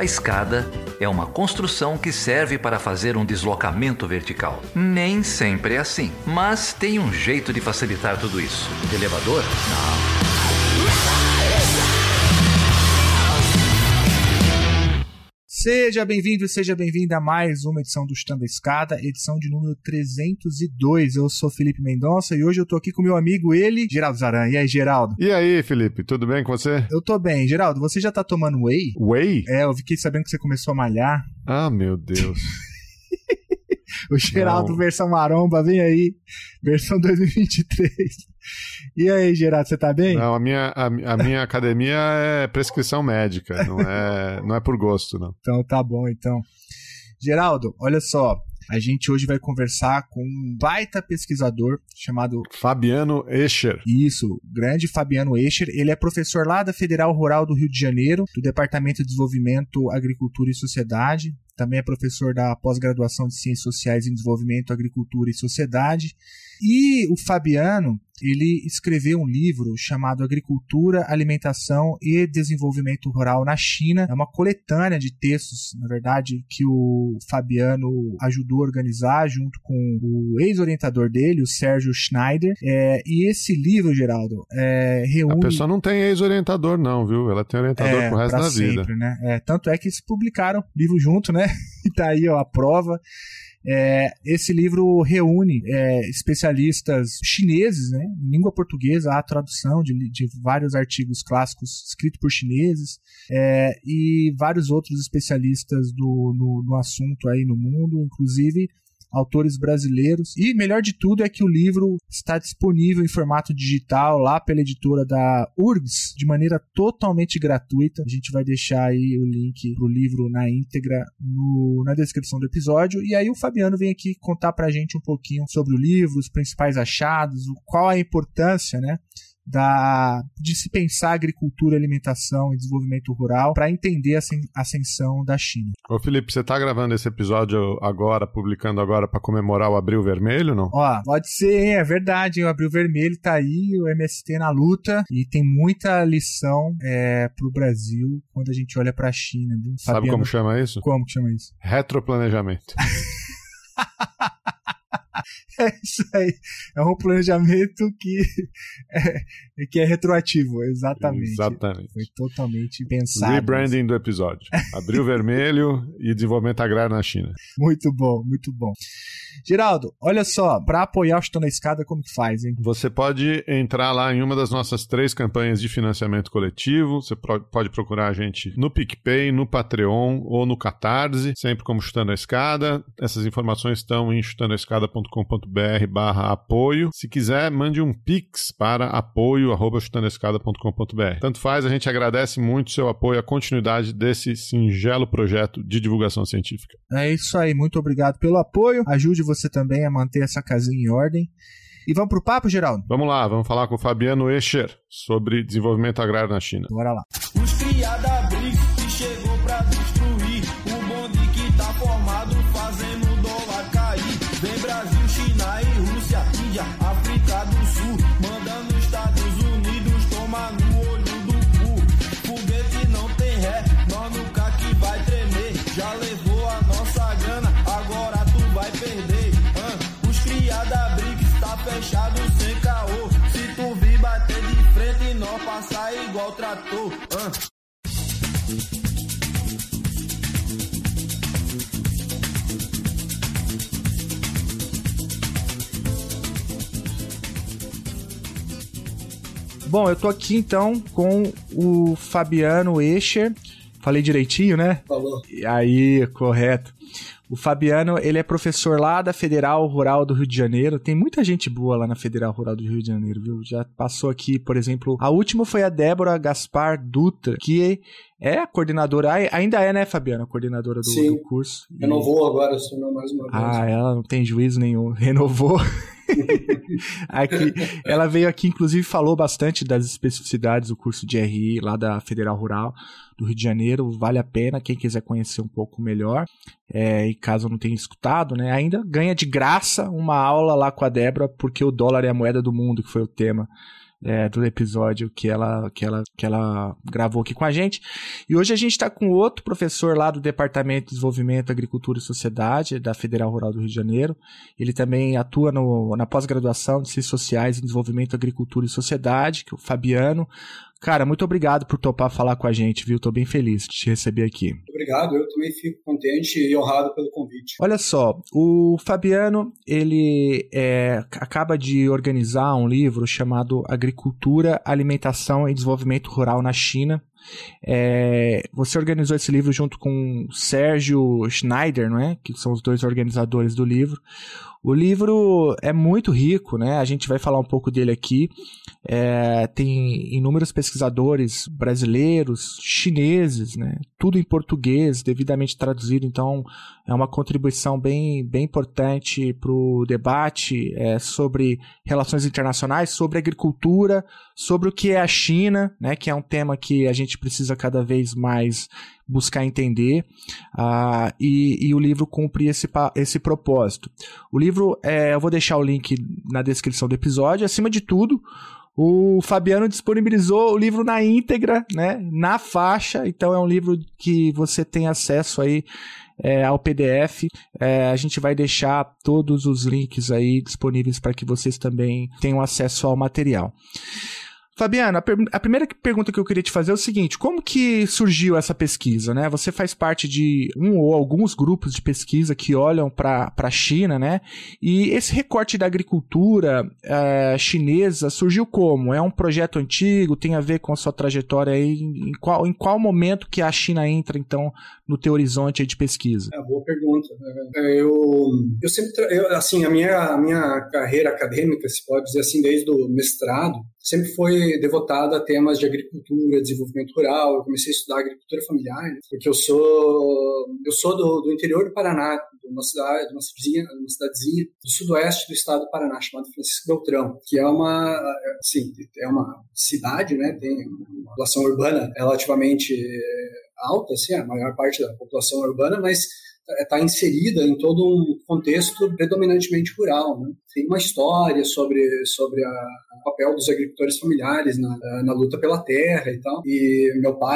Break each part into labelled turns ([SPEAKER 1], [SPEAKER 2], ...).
[SPEAKER 1] A escada é uma construção que serve para fazer um deslocamento vertical. Nem sempre é assim, mas tem um jeito de facilitar tudo isso. Elevador? Não.
[SPEAKER 2] Seja bem-vindo e seja bem-vinda a mais uma edição do Chutando a Escada, edição de número 302. Eu sou Felipe Mendonça e hoje eu tô aqui com meu amigo, ele, Geraldo Zaran. E aí, Geraldo?
[SPEAKER 3] E aí, Felipe, tudo bem com você?
[SPEAKER 2] Eu tô bem. Geraldo, você já tá tomando whey?
[SPEAKER 3] Whey?
[SPEAKER 2] Eu fiquei sabendo que você começou a malhar.
[SPEAKER 3] Ah, meu Deus.
[SPEAKER 2] O Geraldo versão maromba, vem aí, versão 2023. E aí, Geraldo, você tá bem?
[SPEAKER 3] Não, a minha academia é prescrição médica, não é por gosto, não.
[SPEAKER 2] Então tá bom, então. Geraldo, olha só, a gente hoje vai conversar com um baita pesquisador chamado
[SPEAKER 3] Fabiano Escher.
[SPEAKER 2] Isso, grande Fabiano Escher. Ele é professor lá da Federal Rural do Rio de Janeiro, do Departamento de Desenvolvimento, Agricultura e Sociedade. Também é professor da pós-graduação de Ciências Sociais em Desenvolvimento, Agricultura e Sociedade. E o Fabiano, ele escreveu um livro chamado Agricultura, Alimentação e Desenvolvimento Rural na China. É uma coletânea de textos, na verdade, que o Fabiano ajudou a organizar junto com o ex-orientador dele, o Sérgio Schneider. E esse livro, Geraldo, reúne... A
[SPEAKER 3] pessoa não tem ex-orientador não, viu? Ela tem orientador pro resto da
[SPEAKER 2] sempre,
[SPEAKER 3] vida.
[SPEAKER 2] Né? Tanto é que eles publicaram o livro junto, né? E tá aí, ó, a prova. Esse livro reúne especialistas chineses, né, em língua portuguesa, a tradução de vários artigos clássicos escritos por chineses, e vários outros especialistas no assunto aí no mundo, inclusive autores brasileiros. E melhor de tudo é que o livro está disponível em formato digital lá pela editora da URGS, de maneira totalmente gratuita. A gente vai deixar aí o link pro livro na íntegra na descrição do episódio. E aí o Fabiano vem aqui contar pra gente um pouquinho sobre o livro, os principais achados, qual a importância, né, de se pensar agricultura, alimentação e desenvolvimento rural para entender a ascensão da China.
[SPEAKER 3] Ô Felipe, você tá gravando esse episódio agora, publicando agora para comemorar o Abril Vermelho, não?
[SPEAKER 2] Ó, pode ser, hein? É verdade, o Abril Vermelho tá aí, o MST na luta, e tem muita lição pro Brasil quando a gente olha pra China. Viu?
[SPEAKER 3] Sabe
[SPEAKER 2] Fabiano,
[SPEAKER 3] como chama isso?
[SPEAKER 2] Como que chama isso?
[SPEAKER 3] Retroplanejamento.
[SPEAKER 2] É isso aí. É um planejamento que é retroativo, exatamente.
[SPEAKER 3] Exatamente.
[SPEAKER 2] Foi totalmente pensado.
[SPEAKER 3] Rebranding do episódio. Abril Vermelho e desenvolvimento agrário na China.
[SPEAKER 2] Muito bom, muito bom. Geraldo, olha só, para apoiar o Chutando a Escada, como que faz, hein?
[SPEAKER 3] Você pode entrar lá em uma das nossas 3 campanhas de financiamento coletivo. Você pode procurar a gente no PicPay, no Patreon ou no Catarse, sempre como Chutando a Escada. Essas informações estão em chutandoaescada.com.br/apoio. Se quiser, mande um Pix para apoio@chutandoaescada.com.br. Tanto faz, a gente agradece muito o seu apoio à continuidade desse singelo projeto de divulgação científica.
[SPEAKER 2] É isso aí, muito obrigado pelo apoio. Ajude você também a manter essa casinha em ordem. E vamos pro papo, Geraldo?
[SPEAKER 3] Vamos lá, vamos falar com o Fabiano Escher sobre desenvolvimento agrário na China.
[SPEAKER 2] Bora lá.
[SPEAKER 4] Os criada BRICS que chegou pra destruir o bonde que tá formado fazendo o dólar cair. Vem Brasil, China e Rússia, Índia, África do Sul, mandando Estados Unidos tomar no olho do cu. Foguete não tem ré, nós nunca que vai tremer. Já levou a nossa grana, agora tu vai perder. Os criada BRICS tá fechado sem caô. Se tu vir bater de frente, nós passar igual trator.
[SPEAKER 2] Bom, eu tô aqui então com o Fabiano Escher. Falei direitinho, né?
[SPEAKER 5] Falou.
[SPEAKER 2] Aí, correto. O Fabiano, ele é professor lá da Federal Rural do Rio de Janeiro. Tem muita gente boa lá na Federal Rural do Rio de Janeiro, viu? Já passou aqui, por exemplo, a última foi a Débora Gaspar Dutra, que é a coordenadora, ainda é, né, Fabiano, a coordenadora do curso.
[SPEAKER 5] Renovou agora, assinou mais uma vez.
[SPEAKER 2] Ela não tem juízo nenhum, renovou. Aqui, ela veio aqui, inclusive, falou bastante das especificidades do curso de RI lá da Federal Rural do Rio de Janeiro. Vale a pena, quem quiser conhecer um pouco melhor, e caso não tenha escutado, né, ainda ganha de graça uma aula lá com a Débora, porque o dólar é a moeda do mundo, que foi o tema do episódio que ela gravou aqui com a gente. E hoje a gente está com outro professor lá do Departamento de Desenvolvimento, Agricultura e Sociedade, da Federal Rural do Rio de Janeiro. Ele também atua na pós-graduação de Ciências Sociais em Desenvolvimento, Agricultura e Sociedade, que é o Fabiano. Cara, muito obrigado por topar falar com a gente, viu? Tô bem feliz de te receber aqui.
[SPEAKER 5] Obrigado, eu também fico contente e honrado pelo convite.
[SPEAKER 2] Olha só, o Fabiano, ele acaba de organizar um livro chamado Agricultura, Alimentação e Desenvolvimento Rural na China. Você organizou esse livro junto com Sérgio Schneider, não é? Que são os dois organizadores do livro. O livro é muito rico, né? A gente vai falar um pouco dele aqui. Tem inúmeros pesquisadores brasileiros, chineses, né? Tudo em português, devidamente traduzido. Então, é uma contribuição bem importante para o debate sobre relações internacionais, sobre agricultura, sobre o que é a China, né? Que é um tema que a gente precisa cada vez mais buscar entender, e o livro cumpre esse propósito. O livro, eu vou deixar o link na descrição do episódio. Acima de tudo, o Fabiano disponibilizou o livro na íntegra, né, na faixa, então é um livro que você tem acesso aí ao PDF. A gente vai deixar todos os links aí disponíveis para que vocês também tenham acesso ao material. Fabiano, a primeira pergunta que eu queria te fazer é o seguinte: como que surgiu essa pesquisa, né? Você faz parte de um ou alguns grupos de pesquisa que olham para a China, né? E esse recorte da agricultura chinesa surgiu como? É um projeto antigo? Tem a ver com a sua trajetória aí? Em qual momento que a China entra, então, no teu horizonte aí de pesquisa?
[SPEAKER 5] Boa pergunta. Eu sempre, assim, a minha carreira acadêmica, se pode dizer assim, desde o mestrado, sempre foi devotada a temas de agricultura, desenvolvimento rural. Eu comecei a estudar agricultura familiar, né? Porque eu sou do interior do Paraná, de uma cidadezinha do sudoeste do estado do Paraná, chamada Francisco Beltrão, que é uma cidade, né? Tem uma população urbana relativamente alta, assim, a maior parte da população urbana, mas está inserida em todo um contexto predominantemente rural, né? Tem uma história sobre o papel dos agricultores familiares na luta pela terra e tal. E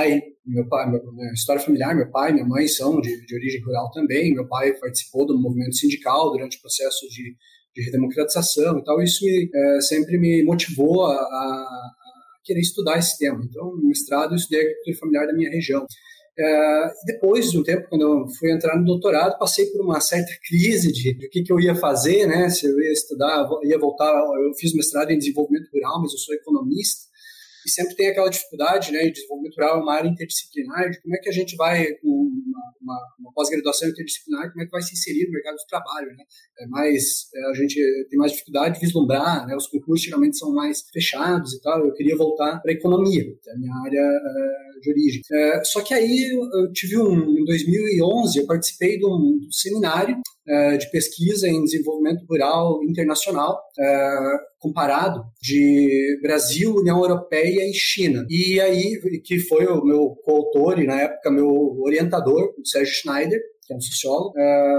[SPEAKER 5] minha história familiar, meu pai e minha mãe são de origem rural também. Meu pai participou do movimento sindical durante o processo de redemocratização e tal. Isso sempre me motivou a querer estudar esse tema. Então, no mestrado, eu estudei agricultura familiar da minha região. Depois de um tempo, quando eu fui entrar no doutorado, passei por uma certa crise de o que eu ia fazer, né? Se eu ia estudar, ia voltar. Eu fiz mestrado em desenvolvimento rural, mas eu sou economista, e sempre tem aquela dificuldade, né? Desenvolvimento rural é uma área interdisciplinar, de como é que a gente vai, com uma pós-graduação interdisciplinar, como é que vai se inserir no mercado de trabalho, né? A gente tem mais dificuldade de vislumbrar, né? Os concursos geralmente são mais fechados e tal. Eu queria voltar para a economia, que é a minha área de origem. Só que aí eu tive em 2011, eu participei de um seminário de pesquisa em desenvolvimento rural internacional, comparado de Brasil, União Europeia e China. E aí, que foi o meu coautor e, na época, meu orientador, o Sérgio Schneider, que é um sociólogo,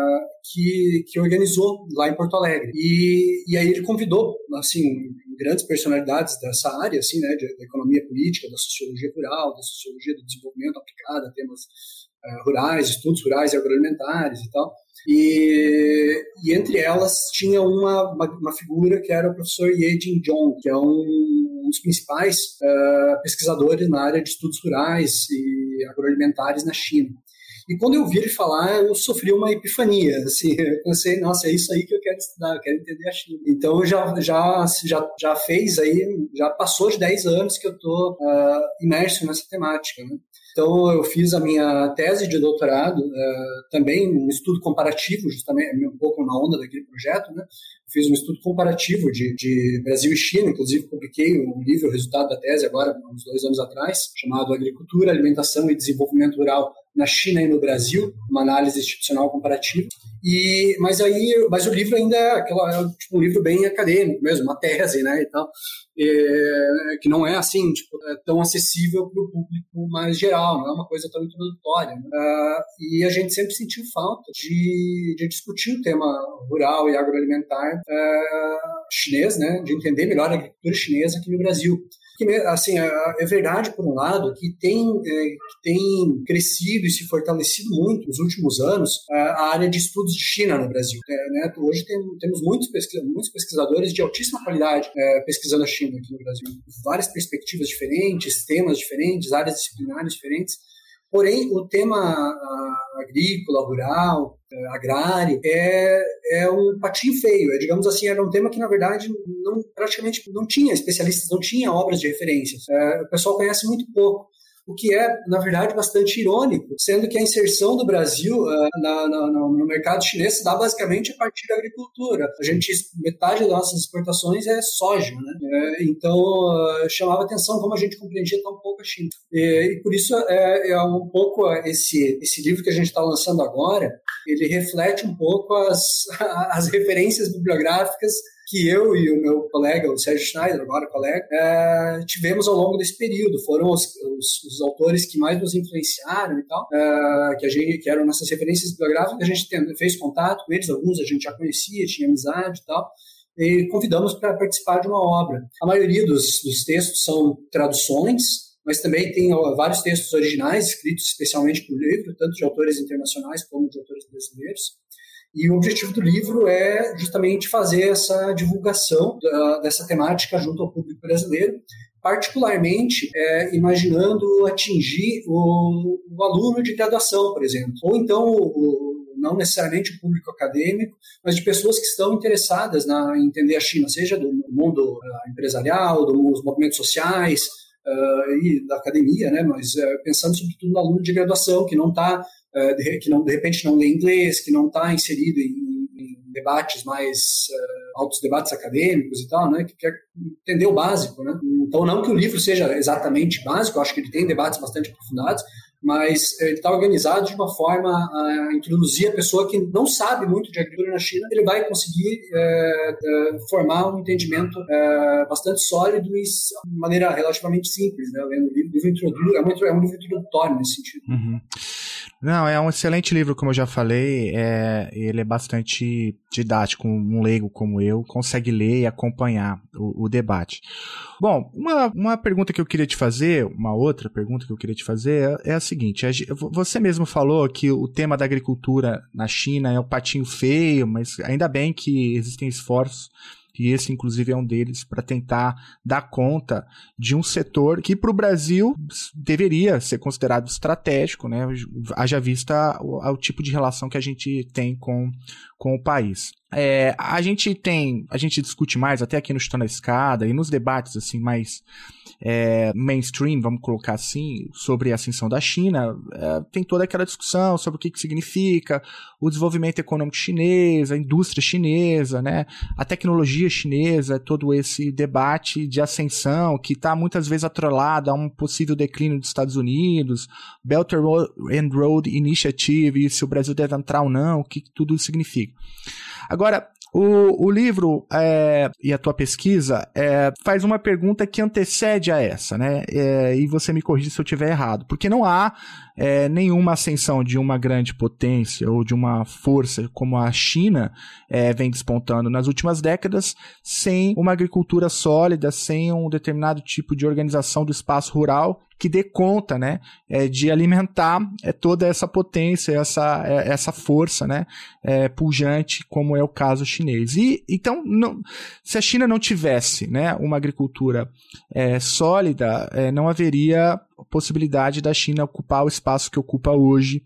[SPEAKER 5] que organizou lá em Porto Alegre. E aí ele convidou, assim, grandes personalidades dessa área, assim, né, da economia política, da sociologia rural, da sociologia do desenvolvimento aplicada a temas rurais, estudos rurais e agroalimentares e tal. E entre elas tinha uma figura que era o professor Ye Jinzhong, que é um dos principais pesquisadores na área de estudos rurais e agroalimentares na China. E quando eu vi ele falar, eu sofri uma epifania, assim, eu pensei, nossa, é isso aí que eu quero estudar, eu quero entender a China. Então já fez aí, já passou de 10 anos que eu estou imerso nessa temática, né? Então, eu fiz a minha tese de doutorado, também um estudo comparativo, justamente um pouco na onda daquele projeto, né? Fiz um estudo comparativo de Brasil e China, inclusive publiquei um livro, o resultado da tese, agora, uns 2 anos atrás, chamado Agricultura, Alimentação e Desenvolvimento Rural na China e no Brasil, uma análise institucional comparativa. Mas o livro ainda é tipo, um livro bem acadêmico mesmo, uma tese, né, e tal, que não é assim, tipo, tão acessível para o público mais geral, não é uma coisa tão introdutória, né? E a gente sempre sentiu falta de discutir o tema rural e agroalimentar chinês, né, de entender melhor a agricultura chinesa aqui no Brasil. Assim, é verdade, por um lado, que tem crescido e se fortalecido muito nos últimos anos a área de estudos de China no Brasil. Né? Hoje temos muitos pesquisadores de altíssima qualidade pesquisando a China aqui no Brasil. Várias perspectivas diferentes, temas diferentes, áreas disciplinares diferentes. Porém, o tema agrícola, rural, agrário, é um patinho feio. Digamos assim, era um tema que, na verdade, praticamente não tinha especialistas, não tinha obras de referências. O pessoal conhece muito pouco, o que é, na verdade, bastante irônico, sendo que a inserção do Brasil no mercado chinês se dá basicamente a partir da agricultura. Metade das nossas exportações é soja, né? Então, chamava atenção como a gente compreendia tão pouco a China. E por isso, um pouco esse livro que a gente está lançando agora, ele reflete um pouco as referências bibliográficas que eu e o meu colega, o Sérgio Schneider, agora colega, tivemos ao longo desse período. Foram os autores que mais nos influenciaram e tal, que eram nossas referências bibliográficas. A gente fez contato com eles, alguns a gente já conhecia, tinha amizade e tal, e convidamos para participar de uma obra. A maioria dos textos são traduções, mas também tem vários textos originais, escritos especialmente para o livro, tanto de autores internacionais como de autores brasileiros. E o objetivo do livro é justamente fazer essa divulgação dessa temática junto ao público brasileiro, particularmente imaginando atingir o aluno de graduação, por exemplo, ou então não necessariamente o público acadêmico, mas de pessoas que estão interessadas em entender a China, seja do mundo empresarial, dos movimentos sociais e da academia, né? Mas pensando sobretudo no aluno de graduação que não está de repente não lê inglês, que não está inserido em debates mais altos debates acadêmicos e tal, né, que quer entender o básico, né? Então, não que o livro seja exatamente básico, eu acho que ele tem debates bastante aprofundados, mas ele está organizado de uma forma a introduzir a pessoa que não sabe muito de agricultura na China, ele vai conseguir formar um entendimento bastante sólido e de maneira relativamente simples, né? Lendo o livro é um livro introdutório nesse sentido.
[SPEAKER 2] Uhum. Não, é um excelente livro, como eu já falei, ele é bastante didático, um leigo como eu consegue ler e acompanhar o debate. Bom, uma pergunta que eu queria te fazer, uma outra pergunta que eu queria te fazer é a seguinte, você mesmo falou que o tema da agricultura na China é o patinho feio, mas ainda bem que existem esforços, e esse, inclusive, é um deles, para tentar dar conta de um setor que, para o Brasil, deveria ser considerado estratégico, né? Haja vista o tipo de relação que a gente tem com o país. A gente discute mais, até aqui no Chutando a Escada, e nos debates assim, mais mainstream, vamos colocar assim, sobre a ascensão da China, tem toda aquela discussão sobre o que significa o desenvolvimento econômico chinês, a indústria chinesa, né, a tecnologia chinesa, todo esse debate de ascensão que está muitas vezes atrelado a um possível declínio dos Estados Unidos, Belt and Road Initiative, e se o Brasil deve entrar ou não, o que tudo isso significa. Agora, o livro e a tua pesquisa faz uma pergunta que antecede a essa, né? E você me corrige se eu estiver errado, porque não há nenhuma ascensão de uma grande potência ou de uma força como a China vem despontando nas últimas décadas sem uma agricultura sólida, sem um determinado tipo de organização do espaço rural que dê conta, né, de alimentar toda essa potência, essa força, né, pujante, como é o caso chinês. E então, se a China não tivesse, né, uma agricultura sólida, não haveria possibilidade da China ocupar o espaço que ocupa hoje,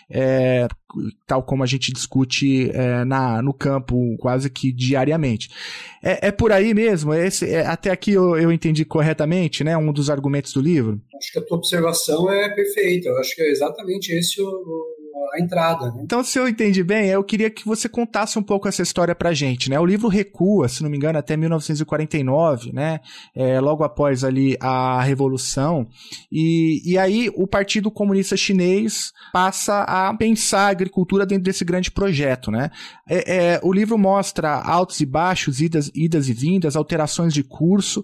[SPEAKER 2] tal como a gente discute no campo quase que diariamente. É por aí mesmo? Até aqui eu entendi corretamente, né, um dos argumentos do livro?
[SPEAKER 5] Acho que a tua observação é perfeita. Eu acho que é exatamente esse a entrada. Né?
[SPEAKER 2] Então, se eu entendi bem, eu queria que você contasse um pouco essa história pra gente, né? O livro recua, se não me engano, até 1949, né? Logo após ali a Revolução, e aí o Partido Comunista Chinês passa a pensar a agricultura dentro desse grande projeto, né? O livro mostra altos e baixos, idas e vindas, alterações de curso.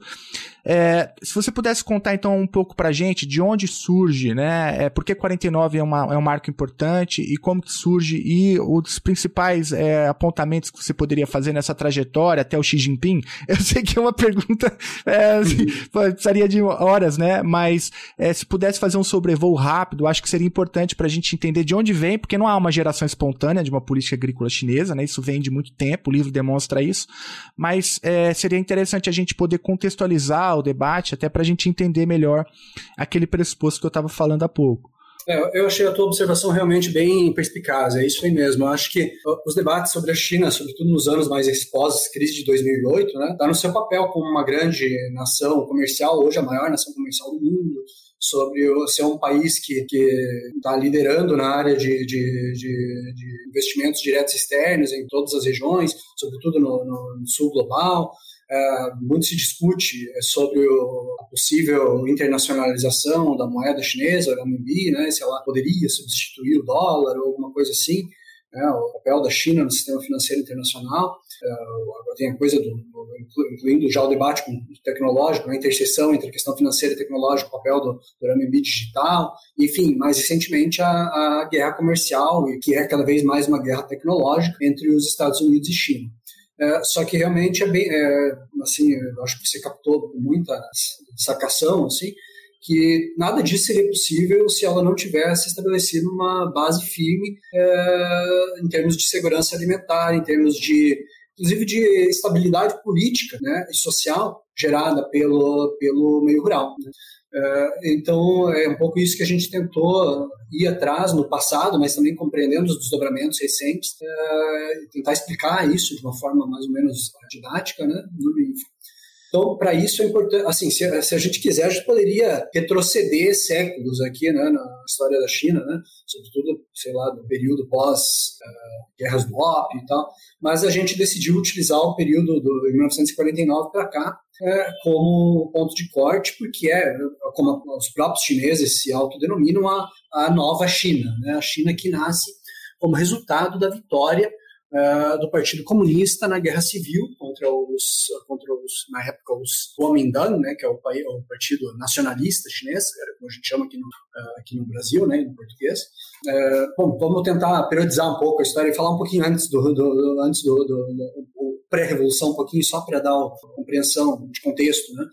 [SPEAKER 2] Se você pudesse contar então um pouco pra gente de onde surge, né? Por que 49 é um marco importante e como que surge e os principais apontamentos que você poderia fazer nessa trajetória até o Xi Jinping. Eu sei que é uma pergunta assim, precisaria de horas, né? Mas se pudesse fazer um sobrevoo rápido, acho que seria importante pra gente entender de onde vem, porque não há uma geração espontânea de uma política agrícola chinesa, né? Isso vem de muito tempo, o livro demonstra isso, mas seria interessante a gente poder contextualizar o debate, até para a gente entender melhor aquele pressuposto que eu estava falando há pouco.
[SPEAKER 5] Eu achei a tua observação realmente bem perspicaz, é isso aí mesmo. Eu acho que os debates sobre a China, sobretudo nos anos mais pós-crise de 2008, né, tá no seu papel como uma grande nação comercial, hoje a maior nação comercial do mundo, sobre ser um país que está liderando na área de investimentos diretos externos em todas as regiões, sobretudo no sul global. Muito se discute sobre a possível internacionalização da moeda chinesa, o renminbi, né, se ela poderia substituir o dólar ou alguma coisa assim, né, o papel da China no sistema financeiro internacional. Tem a coisa incluindo já o debate tecnológico, a interseção entre a questão financeira e tecnológica, o papel do renminbi digital, enfim, mais recentemente a guerra comercial, e que é cada vez mais uma guerra tecnológica entre os Estados Unidos e China. Só que realmente assim, eu acho que você captou com muita sacação, assim, que nada disso seria possível se ela não tivesse estabelecido uma base firme em termos de segurança alimentar, em termos inclusive de estabilidade política, né, e social gerada pelo meio rural, né? Então, é um pouco isso que a gente tentou ir atrás no passado, mas também compreendendo os desdobramentos recentes, tentar explicar isso de uma forma mais ou menos didática, né, no livro. Então, para isso é importante, assim, se a gente quiser, a gente poderia retroceder séculos aqui, né, na história da China, né, sobretudo, sei lá, do período pós-guerras do ópio e tal, mas a gente decidiu utilizar o período de 1949 para cá como ponto de corte, porque como os próprios chineses se autodenominam, a nova China, né, a China que nasce como resultado da vitória do Partido Comunista na Guerra Civil contra os na época, os Kuomintang, né, que é o Partido Nacionalista Chinês, como a gente chama aqui no Brasil, né, no português. Bom, vamos tentar periodizar um pouco a história e falar um pouquinho antes do pré-revolução, um pouquinho só para dar uma compreensão de contexto, né.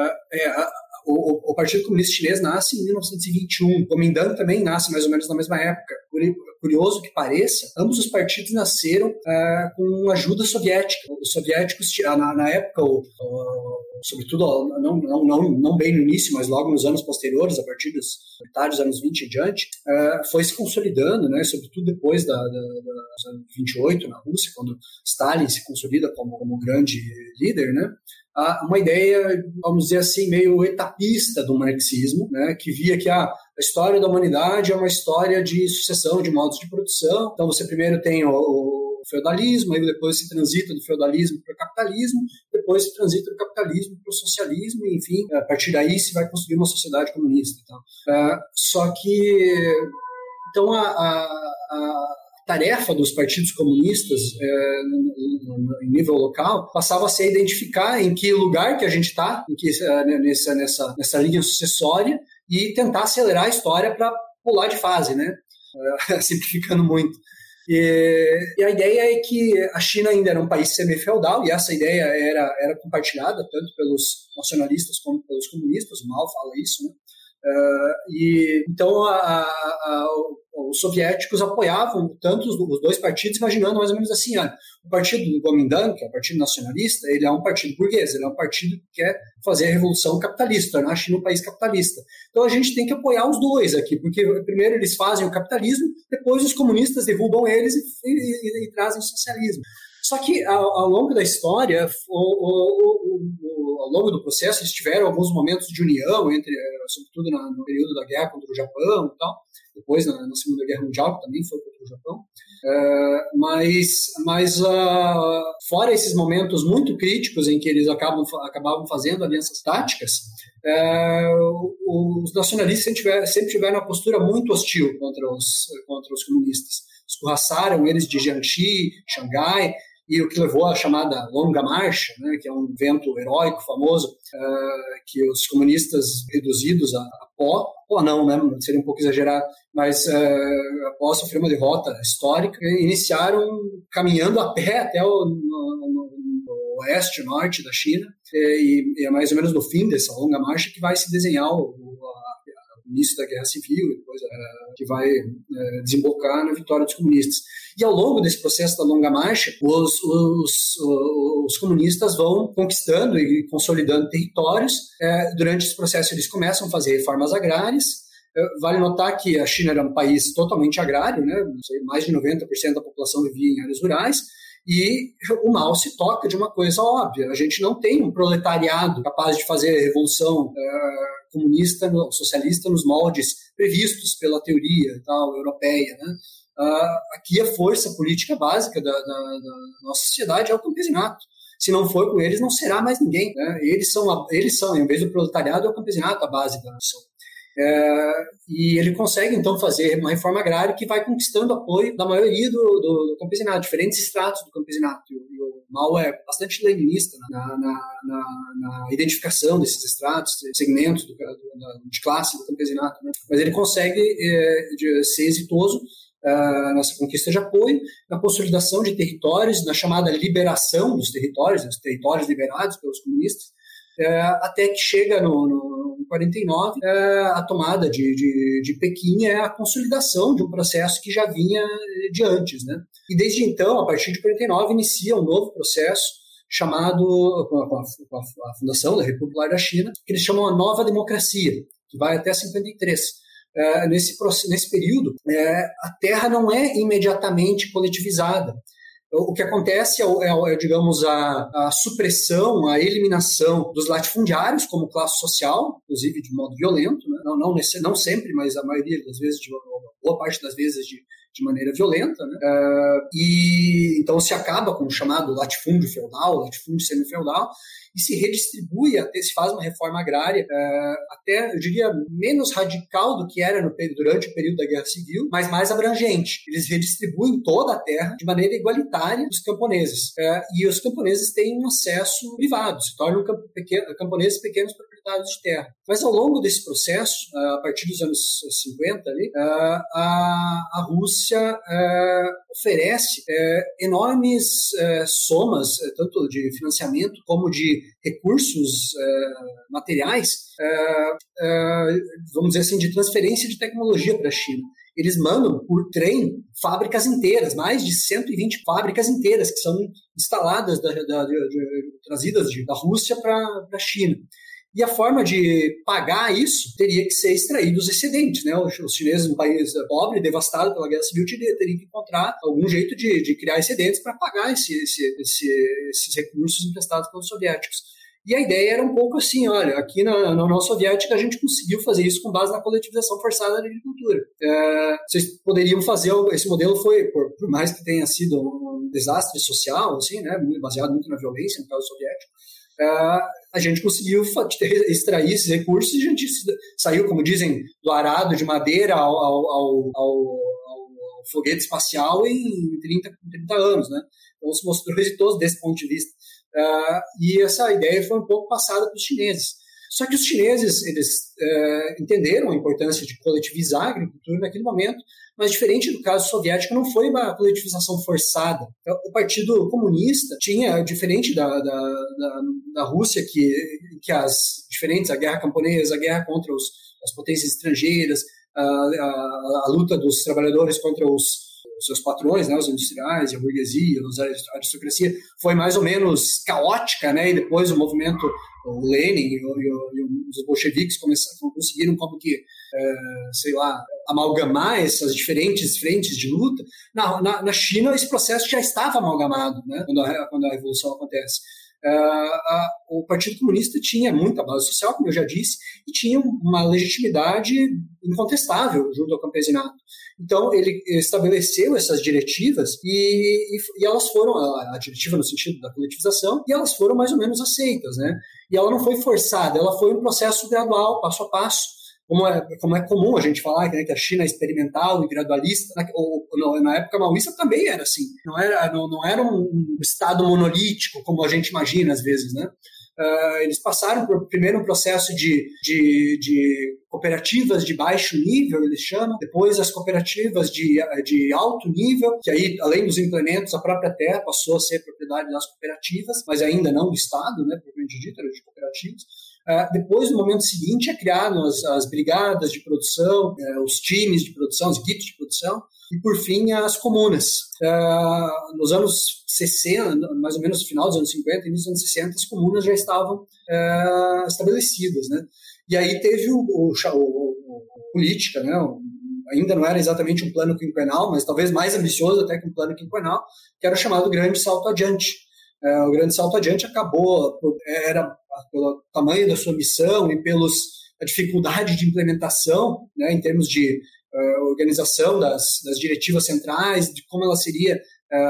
[SPEAKER 5] O Partido Comunista Chinês nasce em 1921, o Kuomintang também nasce mais ou menos na mesma época. Curioso que pareça, ambos os partidos nasceram com ajuda soviética. Os soviéticos, na época, sobretudo não bem no início, mas logo nos anos posteriores, a partir dos anos 20 em diante, foi se consolidando, né, sobretudo depois dos anos 28 na Rússia, quando Stalin se consolida como grande líder, né, uma ideia, vamos dizer assim, meio etapista do marxismo, né, que via que a história da humanidade é uma história de sucessão de modos de produção. Então você primeiro tem o feudalismo, aí depois se transita do feudalismo para o capitalismo, depois se transita do capitalismo para o socialismo, e, enfim, a partir daí se vai construir uma sociedade comunista. Só que, então, a tarefa dos partidos comunistas em nível local passava a ser identificar em que lugar que a gente está, nessa linha sucessória, e tentar acelerar a história para pular de fase, né? Simplificando muito. E a ideia é que a China ainda era um país semi-feudal, e essa ideia era compartilhada tanto pelos nacionalistas como pelos comunistas, o Mao fala isso, né? Então os soviéticos apoiavam tanto os dois partidos, imaginando mais ou menos assim, o partido do Kuomintang, que é o partido nacionalista, ele é um partido burguês, ele é um partido que quer fazer a revolução capitalista, tornar a China um país capitalista. Então a gente tem que apoiar os dois aqui, porque primeiro eles fazem o capitalismo, depois os comunistas derrubam eles e trazem o socialismo. Só que ao longo da história, ao longo do processo, eles tiveram alguns momentos de união, sobretudo no período da guerra contra o Japão e tal, depois na Segunda Guerra Mundial, que também foi contra o Japão. Mas fora esses momentos muito críticos em que eles acabavam fazendo alianças táticas, os nacionalistas sempre tiveram uma postura muito hostil contra os comunistas. Escorraçaram eles de Jiangxi, Xangai, e o que levou à chamada Longa Marcha, né, que é um evento heróico famoso, que os comunistas reduzidos a pó não, né, seria um pouco exagerado, mas após sofrer uma derrota histórica, iniciaram caminhando a pé até no oeste, norte da China, e é mais ou menos no fim dessa Longa Marcha que vai se desenhar o início da Guerra Civil, e depois que vai desembocar na vitória dos comunistas. E ao longo desse processo da Longa Marcha, os comunistas vão conquistando e consolidando territórios. Durante esse processo eles começam a fazer reformas agrárias. Vale notar que a China era um país totalmente agrário, né? Mais de 90% da população vivia em áreas rurais. E o Mao se toca de uma coisa óbvia: a gente não tem um proletariado capaz de fazer a revolução comunista, socialista, nos moldes previstos pela teoria europeia, né? Aqui a força política básica da nossa sociedade é o campesinato. Se não for com eles, não será mais ninguém, né? Eles são, em vez do proletariado, é o campesinato a base da nação. E ele consegue, então, fazer uma reforma agrária que vai conquistando apoio da maioria do campesinato, diferentes estratos do campesinato. E o Mao é bastante leninista na identificação desses estratos, segmentos de classe do campesinato, né? Mas ele consegue ser exitoso nessa conquista de apoio, na consolidação de territórios, na chamada liberação dos territórios, os territórios liberados pelos comunistas, até que chega no 49, a tomada de Pequim é a consolidação de um processo que já vinha de antes, né? E desde então, a partir de 49, inicia um novo processo chamado, com a fundação da República Popular da China, que eles chamam a Nova Democracia, que vai até 53. Nesse período, a terra não é imediatamente coletivizada. O que acontece digamos, a supressão, a eliminação dos latifundiários como classe social, inclusive de modo violento, né? Não sempre, mas a maioria das vezes, boa parte das vezes de maneira violenta, né? E então se acaba com o chamado latifúndio feudal, latifúndio semi-feudal, e se redistribui, se faz uma reforma agrária até, eu diria, menos radical do que era durante o período da Guerra Civil, mas mais abrangente. Eles redistribuem toda a terra de maneira igualitária dos camponeses. E os camponeses têm um acesso privado, se tornam camponeses pequenos proprietários de terra. Mas ao longo desse processo, a partir dos anos 50, ali, a Rússia oferece enormes somas, tanto de financiamento como de recursos materiais, vamos dizer assim, de transferência de tecnologia para a China. Eles mandam por trem fábricas inteiras, mais de 120 fábricas inteiras que são instaladas, trazidas da Rússia para a China. E a forma de pagar isso teria que ser extraído os excedentes, né? Os chineses, um país pobre, devastado pela Guerra Civil, teriam que encontrar algum jeito de criar excedentes para pagar esses recursos emprestados pelos soviéticos. E a ideia era um pouco assim: olha, aqui na União Soviética a gente conseguiu fazer isso com base na coletivização forçada da agricultura. Vocês poderiam fazer, esse modelo foi, por mais que tenha sido um desastre social, assim, né, baseado muito na violência, no caso soviético, a gente conseguiu extrair esses recursos e a gente saiu, como dizem, do arado de madeira ao foguete espacial em 30 anos, né? Então se mostrou exitoso desse ponto de vista. E essa ideia foi um pouco passada para os chineses. Só que os chineses, eles entenderam a importância de coletivizar a agricultura naquele momento, mas diferente do caso soviético, não foi uma coletivização forçada. O Partido Comunista tinha, diferente da Rússia, que a guerra camponesa, a guerra contra as potências estrangeiras, a luta dos trabalhadores contra seus patrões, né, os industriais, a burguesia, a aristocracia, foi mais ou menos caótica, né, e depois o movimento, o Lenin e os bolcheviques conseguiram como que, amalgamar essas diferentes frentes de luta. Na China, esse processo já estava amalgamado, né, quando a Revolução acontece. O Partido Comunista tinha muita base social, como eu já disse, e tinha uma legitimidade incontestável junto ao campesinato. Então, ele estabeleceu essas diretivas e elas foram, a diretiva no sentido da coletivização, e elas foram mais ou menos aceitas, né? E ela não foi forçada, ela foi um processo gradual, passo a passo, como é comum a gente falar, né, que a China é experimental e gradualista. Na época maoísta também era assim. Não era um Estado monolítico, como a gente imagina às vezes, né? Eles passaram por primeiro um processo de cooperativas de baixo nível, eles chamam, depois as cooperativas de alto nível, que aí, além dos implementos, a própria terra passou a ser propriedade das cooperativas, mas ainda não do Estado, né, propriamente dito, era de cooperativas. Depois, no momento seguinte, é criado as brigadas de produção, os times de produção, os guitos de produção, e, por fim, as comunas. Nos anos 60, mais ou menos no final dos anos 50 e nos anos 60, as comunas já estavam estabelecidas, né? E aí teve política, né? Ainda não era exatamente um plano quinquenal, mas talvez mais ambicioso até que um plano quinquenal, que era o chamado Grande Salto Adiante. O Grande Salto Adiante acabou, pelo tamanho da sua missão e pela dificuldade de implementação, né, em termos de organização das diretivas centrais, de como ela seria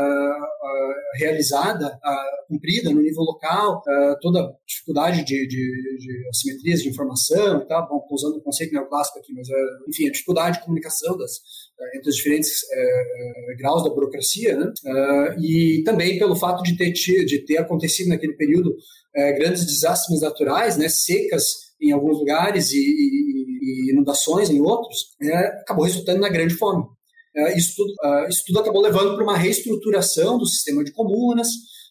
[SPEAKER 5] realizada, cumprida no nível local, toda a dificuldade de assimetrias de informação, tá? Bom, usando o conceito neoclássico aqui, mas enfim, a dificuldade de comunicação entre os diferentes graus da burocracia, né? E também pelo fato de ter acontecido naquele período grandes desastres naturais, né? Secas em alguns lugares e inundações em outros, acabou resultando na grande fome. Isso tudo acabou levando para uma reestruturação do sistema de comunas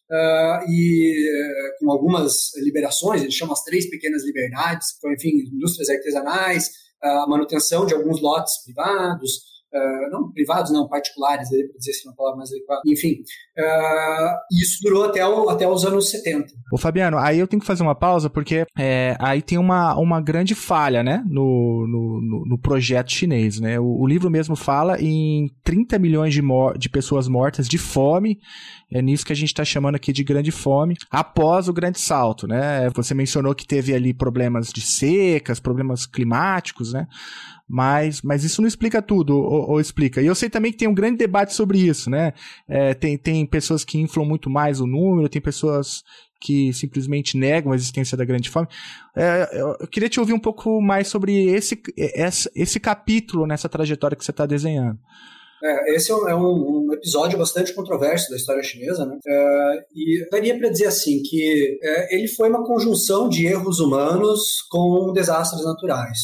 [SPEAKER 5] com algumas liberações, eles chamam as 3 pequenas liberdades, então, enfim, indústrias artesanais, a manutenção de alguns lotes privados, não particulares, para dizer assim uma palavra mais adequada. Enfim, isso durou até os anos 70.
[SPEAKER 2] Ô Fabiano, aí eu tenho que fazer uma pausa, porque aí tem uma grande falha, né, no projeto chinês, né? O livro mesmo fala em 30 milhões de pessoas mortas de fome, é nisso que a gente está chamando aqui de grande fome, após o grande salto, né? Você mencionou que teve ali problemas de secas, problemas climáticos, né? Mas isso não explica tudo, ou explica. E eu sei também que tem um grande debate sobre isso, né? Tem pessoas que inflam muito mais o número, tem pessoas que simplesmente negam a existência da grande fome. Eu queria te ouvir um pouco mais sobre esse capítulo nessa trajetória que você está desenhando.
[SPEAKER 5] Esse é um episódio bastante controverso da história chinesa, né? E daria para dizer assim que ele foi uma conjunção de erros humanos com desastres naturais.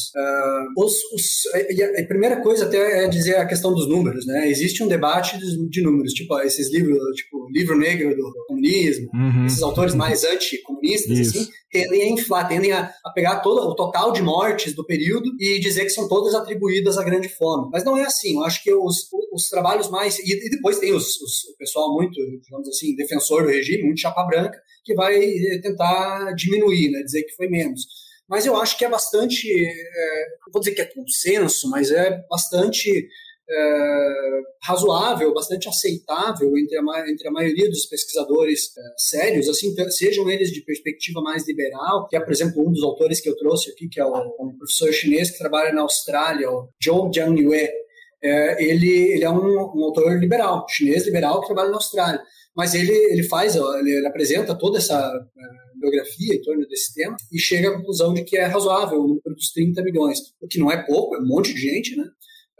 [SPEAKER 5] A primeira coisa até é dizer a questão dos números, né? Existe um debate de números, tipo esses livros, tipo Livro Negro do Comunismo, esses autores mais anticomunistas, assim, tendem a inflar, tendem a pegar o total de mortes do período e dizer que são todas atribuídas à grande fome. Mas não é assim. Eu acho que os trabalhos mais... E depois tem o pessoal muito, digamos assim, defensor do regime, muito chapa branca, que vai tentar diminuir, né, dizer que foi menos. Mas eu acho que é bastante... não vou dizer que é consenso, mas é bastante... razoável, bastante aceitável entre a maioria dos pesquisadores sérios, assim, sejam eles de perspectiva mais liberal, que é, por exemplo, um dos autores que eu trouxe aqui, que é um professor chinês que trabalha na Austrália, o Zhou Jianyue. Ele é um autor liberal, chinês liberal, que trabalha na Austrália. Mas ele apresenta toda essa biografia em torno desse tema e chega à conclusão de que é razoável o número dos 30 milhões, o que não é pouco, é um monte de gente, né?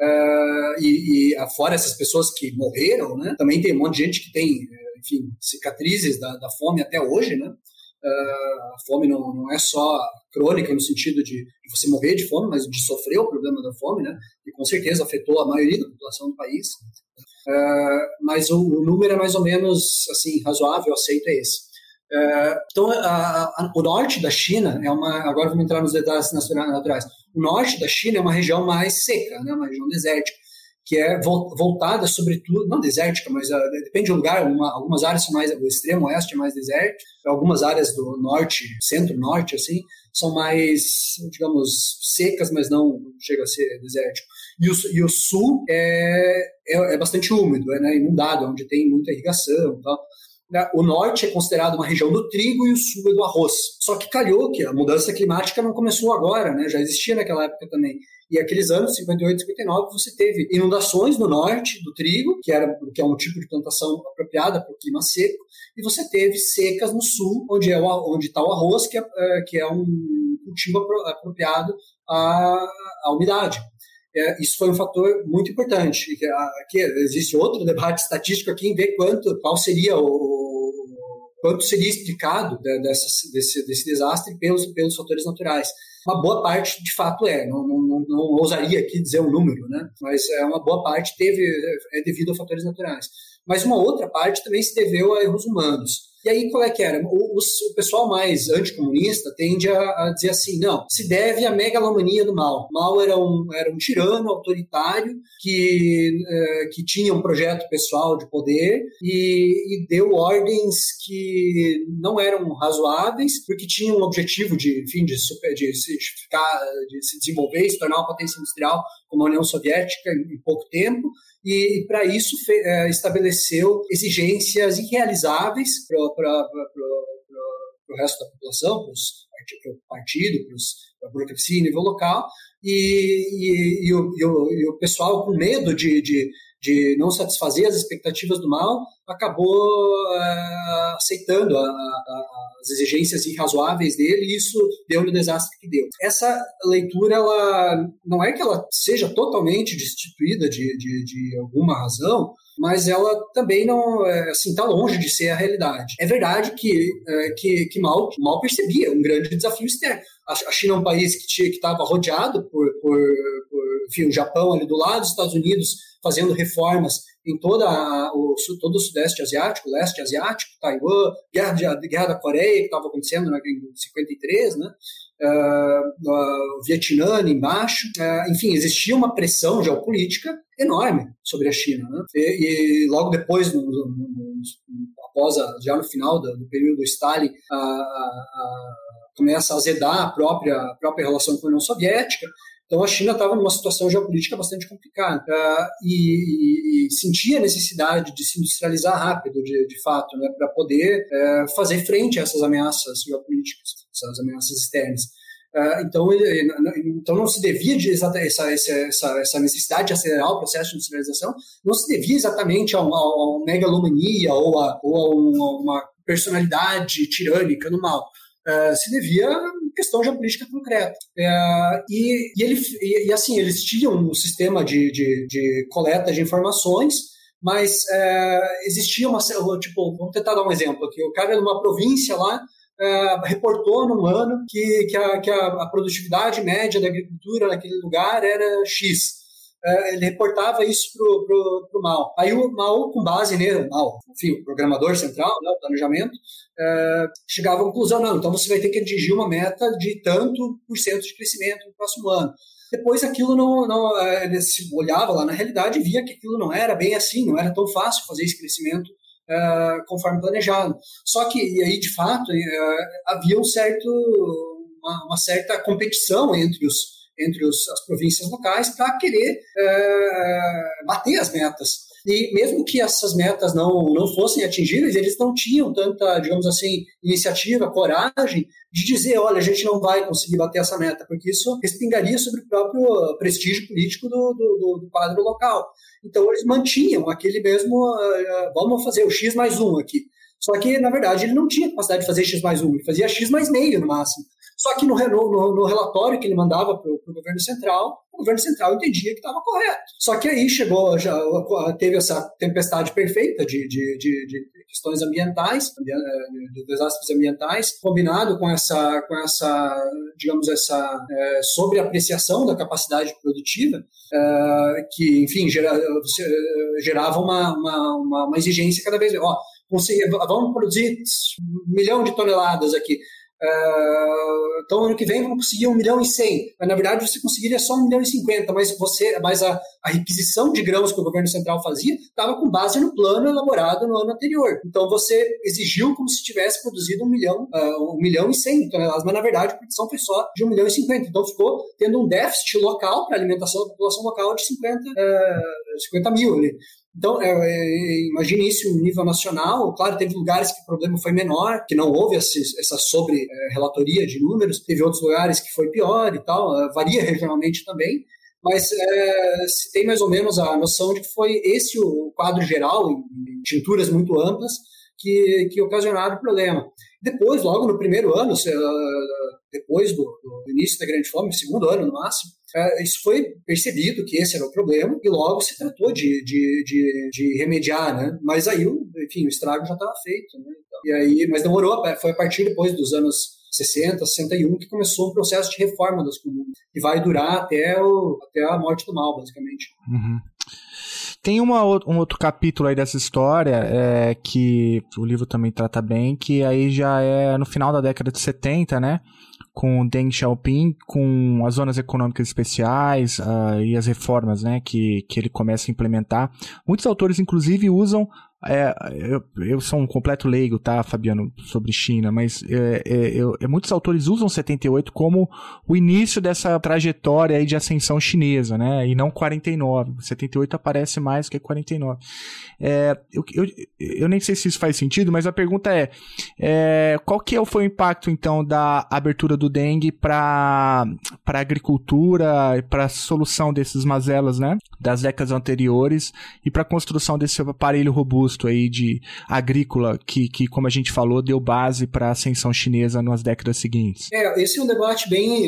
[SPEAKER 5] Fora essas pessoas que morreram, né? Também tem um monte de gente que tem, enfim, cicatrizes da fome até hoje, né? A fome não é só crônica no sentido de você morrer de fome, mas de sofrer o problema da fome, né? E com certeza afetou a maioria da população do país. Mas o número é mais ou menos assim, razoável, aceito é esse. Então, o norte da China agora vamos entrar nos detalhes naturais. O norte da China é uma região mais seca, né? Uma região desértica. que é voltada, sobretudo, não desértica, mas depende do lugar, algumas áreas são mais, o extremo oeste é mais desértico, algumas áreas do norte, centro-norte, assim, são mais, digamos, secas, mas não chega a ser desértico. E o sul é bastante úmido, né, inundado, onde tem muita irrigação e tal. O norte é considerado uma região do trigo e o sul é do arroz. Só que calhou que a mudança climática não começou agora, né? Já existia naquela época também. E aqueles anos, 58 e 59, você teve inundações no norte do trigo, que é um tipo de plantação apropriada para o clima seco, e você teve secas no sul, onde está o arroz, que é um cultivo apropriado à umidade. Isso foi um fator muito importante. Aqui existe outro debate estatístico aqui em ver quanto seria explicado desse desastre pelos fatores naturais. Uma boa parte, de fato, não ousaria aqui dizer um número, né? Mas uma boa parte é devido a fatores naturais. Mas uma outra parte também se deveu a erros humanos. E aí, qual é que era? O pessoal mais anticomunista tende a dizer assim, não, se deve à megalomania do Mao. Mao era um tirano autoritário que tinha um projeto pessoal de poder e deu ordens que não eram razoáveis, porque tinham um objetivo de se desenvolver e se tornar uma potência industrial como a União Soviética em pouco tempo. E para isso estabeleceu exigências irrealizáveis para o resto da população, para o partido, para a burocracia em nível local, e o pessoal, com medo de não satisfazer as expectativas do Mao, acabou aceitando as exigências irrazoáveis dele, e isso deu no desastre que deu. Essa leitura, ela não é que ela seja totalmente destituída de alguma razão, mas ela também não está longe de ser a realidade. É verdade que Mao percebia um grande desafio externo. A China é um país que estava rodeado por o Japão ali do lado, os Estados Unidos fazendo reformas em todo o Sudeste Asiático, o Leste Asiático, Taiwan, guerra da Coreia, que estava acontecendo em 53, né? O Vietnã embaixo. Enfim, existia uma pressão geopolítica enorme sobre a China, né? E logo depois, já no final do período do Stalin, começa a azedar a própria relação com a União Soviética. Então a China estava numa situação geopolítica bastante complicada e sentia a necessidade de se industrializar rápido, de fato, né, para poder fazer frente a essas ameaças geopolíticas, essas ameaças externas. Então não se devia essa necessidade de acelerar o processo de industrialização, não se devia exatamente a uma megalomania ou a uma personalidade tirânica no Mao. Se devia a questão geopolítica concreta. Eles tinham um sistema de coleta de informações, mas existia vamos tentar dar um exemplo aqui. O cara numa província lá reportou num ano que a produtividade média da agricultura naquele lugar era X. Ele reportava isso pro Mao. Aí o Mao, com base nele, o programador central, né, o planejamento, chegava à conclusão, não, então você vai ter que atingir uma meta de tanto por cento de crescimento no próximo ano. Depois aquilo ele se olhava lá na realidade e via que aquilo não era bem assim, não era tão fácil fazer esse crescimento conforme planejado. Só que, e aí, de fato, havia uma certa competição entre as províncias locais para querer bater as metas. E mesmo que essas metas não fossem atingíveis, eles não tinham tanta, digamos assim, iniciativa, coragem de dizer, olha, a gente não vai conseguir bater essa meta, porque isso respingaria sobre o próprio prestígio político do quadro local. Então, eles mantinham aquele mesmo, vamos fazer o X mais 1 aqui. Só que, na verdade, ele não tinha capacidade de fazer X mais 1, ele fazia X mais meio no máximo. Só que no relatório que ele mandava para o governo central, o governo central entendia que estava correto. Só que aí teve essa tempestade perfeita de questões ambientais, de desastres ambientais, combinado com essa digamos, essa sobreapreciação da capacidade produtiva, que, enfim, gerava uma exigência cada vez mais. Vamos produzir 1 milhão de toneladas aqui. Então ano que vem vamos conseguir 1,1 milhão, mas na verdade você conseguiria só 1,50 milhão, mas a requisição de grãos que o governo central fazia estava com base no plano elaborado no ano anterior. Então você exigiu como se tivesse produzido 1,1 milhão toneladas, mas na verdade a produção foi só de 1,50 milhão. Então ficou tendo um déficit local para a alimentação da população local de 50 mil ali. Então, imagine isso em nível nacional. Claro, teve lugares que o problema foi menor, que não houve essa sobre-relatoria de números, teve outros lugares que foi pior e tal, varia regionalmente também, mas se tem mais ou menos a noção de que foi esse o quadro geral, em tinturas muito amplas, que ocasionaram o problema. Depois, logo no primeiro ano, depois do início da Grande Fome, no segundo ano no máximo, isso foi percebido que esse era o problema e logo se tratou de remediar, né? Mas aí, enfim, o estrago já estava feito, né? Então, e aí, mas demorou, foi a partir depois dos anos 60, 61 que começou um processo de reforma das comunas, que vai durar até a morte do Mao, basicamente.
[SPEAKER 2] Uhum. Tem um outro capítulo aí dessa história que o livro também trata bem, que aí já é no final da década de 70, né? Com Deng Xiaoping, com as zonas econômicas especiais e as reformas, né, que ele começa a implementar. Muitos autores, inclusive, usam... eu sou um completo leigo, tá, Fabiano, sobre China, mas muitos autores usam 78 como o início dessa trajetória aí de ascensão chinesa, né, e não 49. 78 aparece mais que 49. Eu nem sei se isso faz sentido, mas a pergunta qual que foi o impacto, então, da abertura do Deng para a agricultura e para a solução desses mazelas, né, das décadas anteriores e para a construção desse aparelho robusto aí de agrícola que, como a gente falou, deu base para a ascensão chinesa nas décadas seguintes?
[SPEAKER 5] Esse é um debate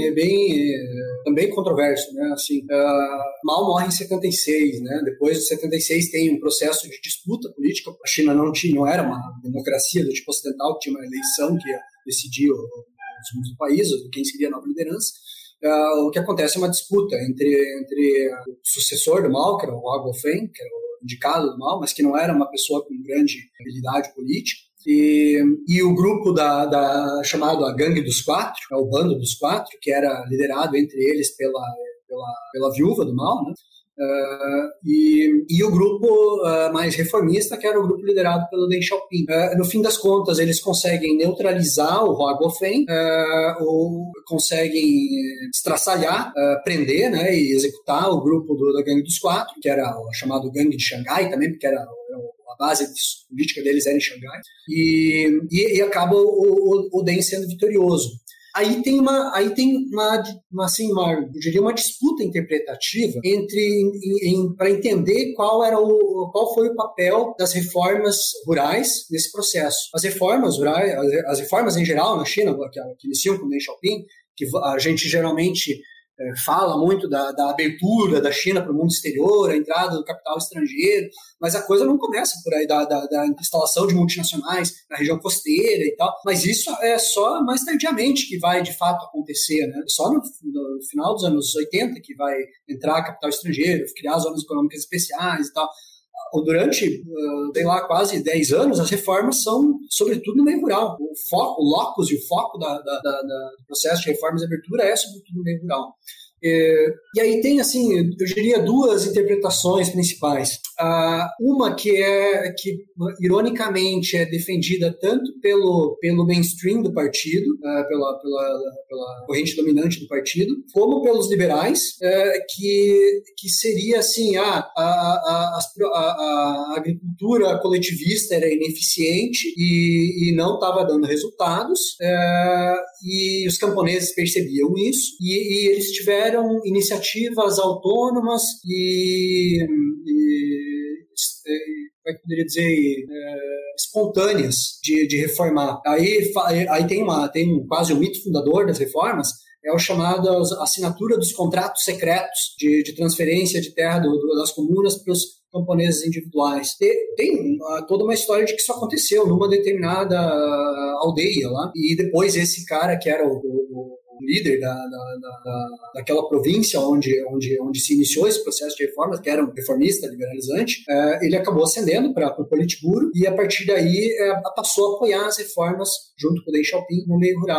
[SPEAKER 5] também controverso, né? Assim, Mao morre em 76, né? Depois de 76 tem um processo de disputa política. A China não era uma democracia do tipo ocidental, que tinha uma eleição que ia decidir os países, quem seria a nova liderança. O que acontece é uma disputa entre o sucessor do Mao, que era o Hua Guofeng, que era o indicado do Mao, mas que não era uma pessoa com grande habilidade política, e o grupo chamado a Gangue dos Quatro, o Bando dos Quatro, que era liderado entre eles pela viúva do Mao, né? E o grupo mais reformista, que era o grupo liderado pelo Deng Xiaoping. No fim das contas, eles conseguem neutralizar o Hua Guofeng, conseguem estraçalhar, prender, né, e executar o grupo da Gangue dos Quatro, que era o chamado Gangue de Xangai também, porque era a base política deles era em Xangai, e acaba o Deng sendo vitorioso. Aí tem eu diria uma disputa interpretativa para entender qual foi o papel das reformas rurais nesse processo. As reformas rurais, as reformas em geral na China, que iniciam com Deng Xiaoping, que a gente geralmente fala muito da abertura da China para o mundo exterior, a entrada do capital estrangeiro, mas a coisa não começa por aí, da instalação de multinacionais na região costeira e tal, mas isso é só mais tardiamente que vai de fato acontecer, né? Só no final dos anos 80 que vai entrar capital estrangeiro, criar zonas econômicas especiais e tal. Durante, quase 10 anos, as reformas são, sobretudo, no meio rural. O locus e o foco do processo de reformas e abertura é, sobretudo, no meio rural. E aí tem, assim, eu diria, duas interpretações principais. Uma que ironicamente é defendida tanto pelo mainstream do partido, pela corrente dominante do partido, como pelos liberais, que seria assim, a agricultura coletivista era ineficiente e não estava dando resultados, e os camponeses percebiam isso, e eles tiveram iniciativas autônomas como é que eu poderia dizer, espontâneas de reformar. Aí tem quase o mito fundador das reformas, é o chamado assinatura dos contratos secretos de transferência de terra das comunas para os camponeses individuais. Tem toda uma história de que isso aconteceu numa determinada aldeia lá, e depois esse cara que era o líder daquela província onde se iniciou esse processo de reformas, que era um reformista, liberalizante, ele acabou ascendendo para o Politburo e, a partir daí, passou a apoiar as reformas junto com o Deng Xiaoping no meio rural.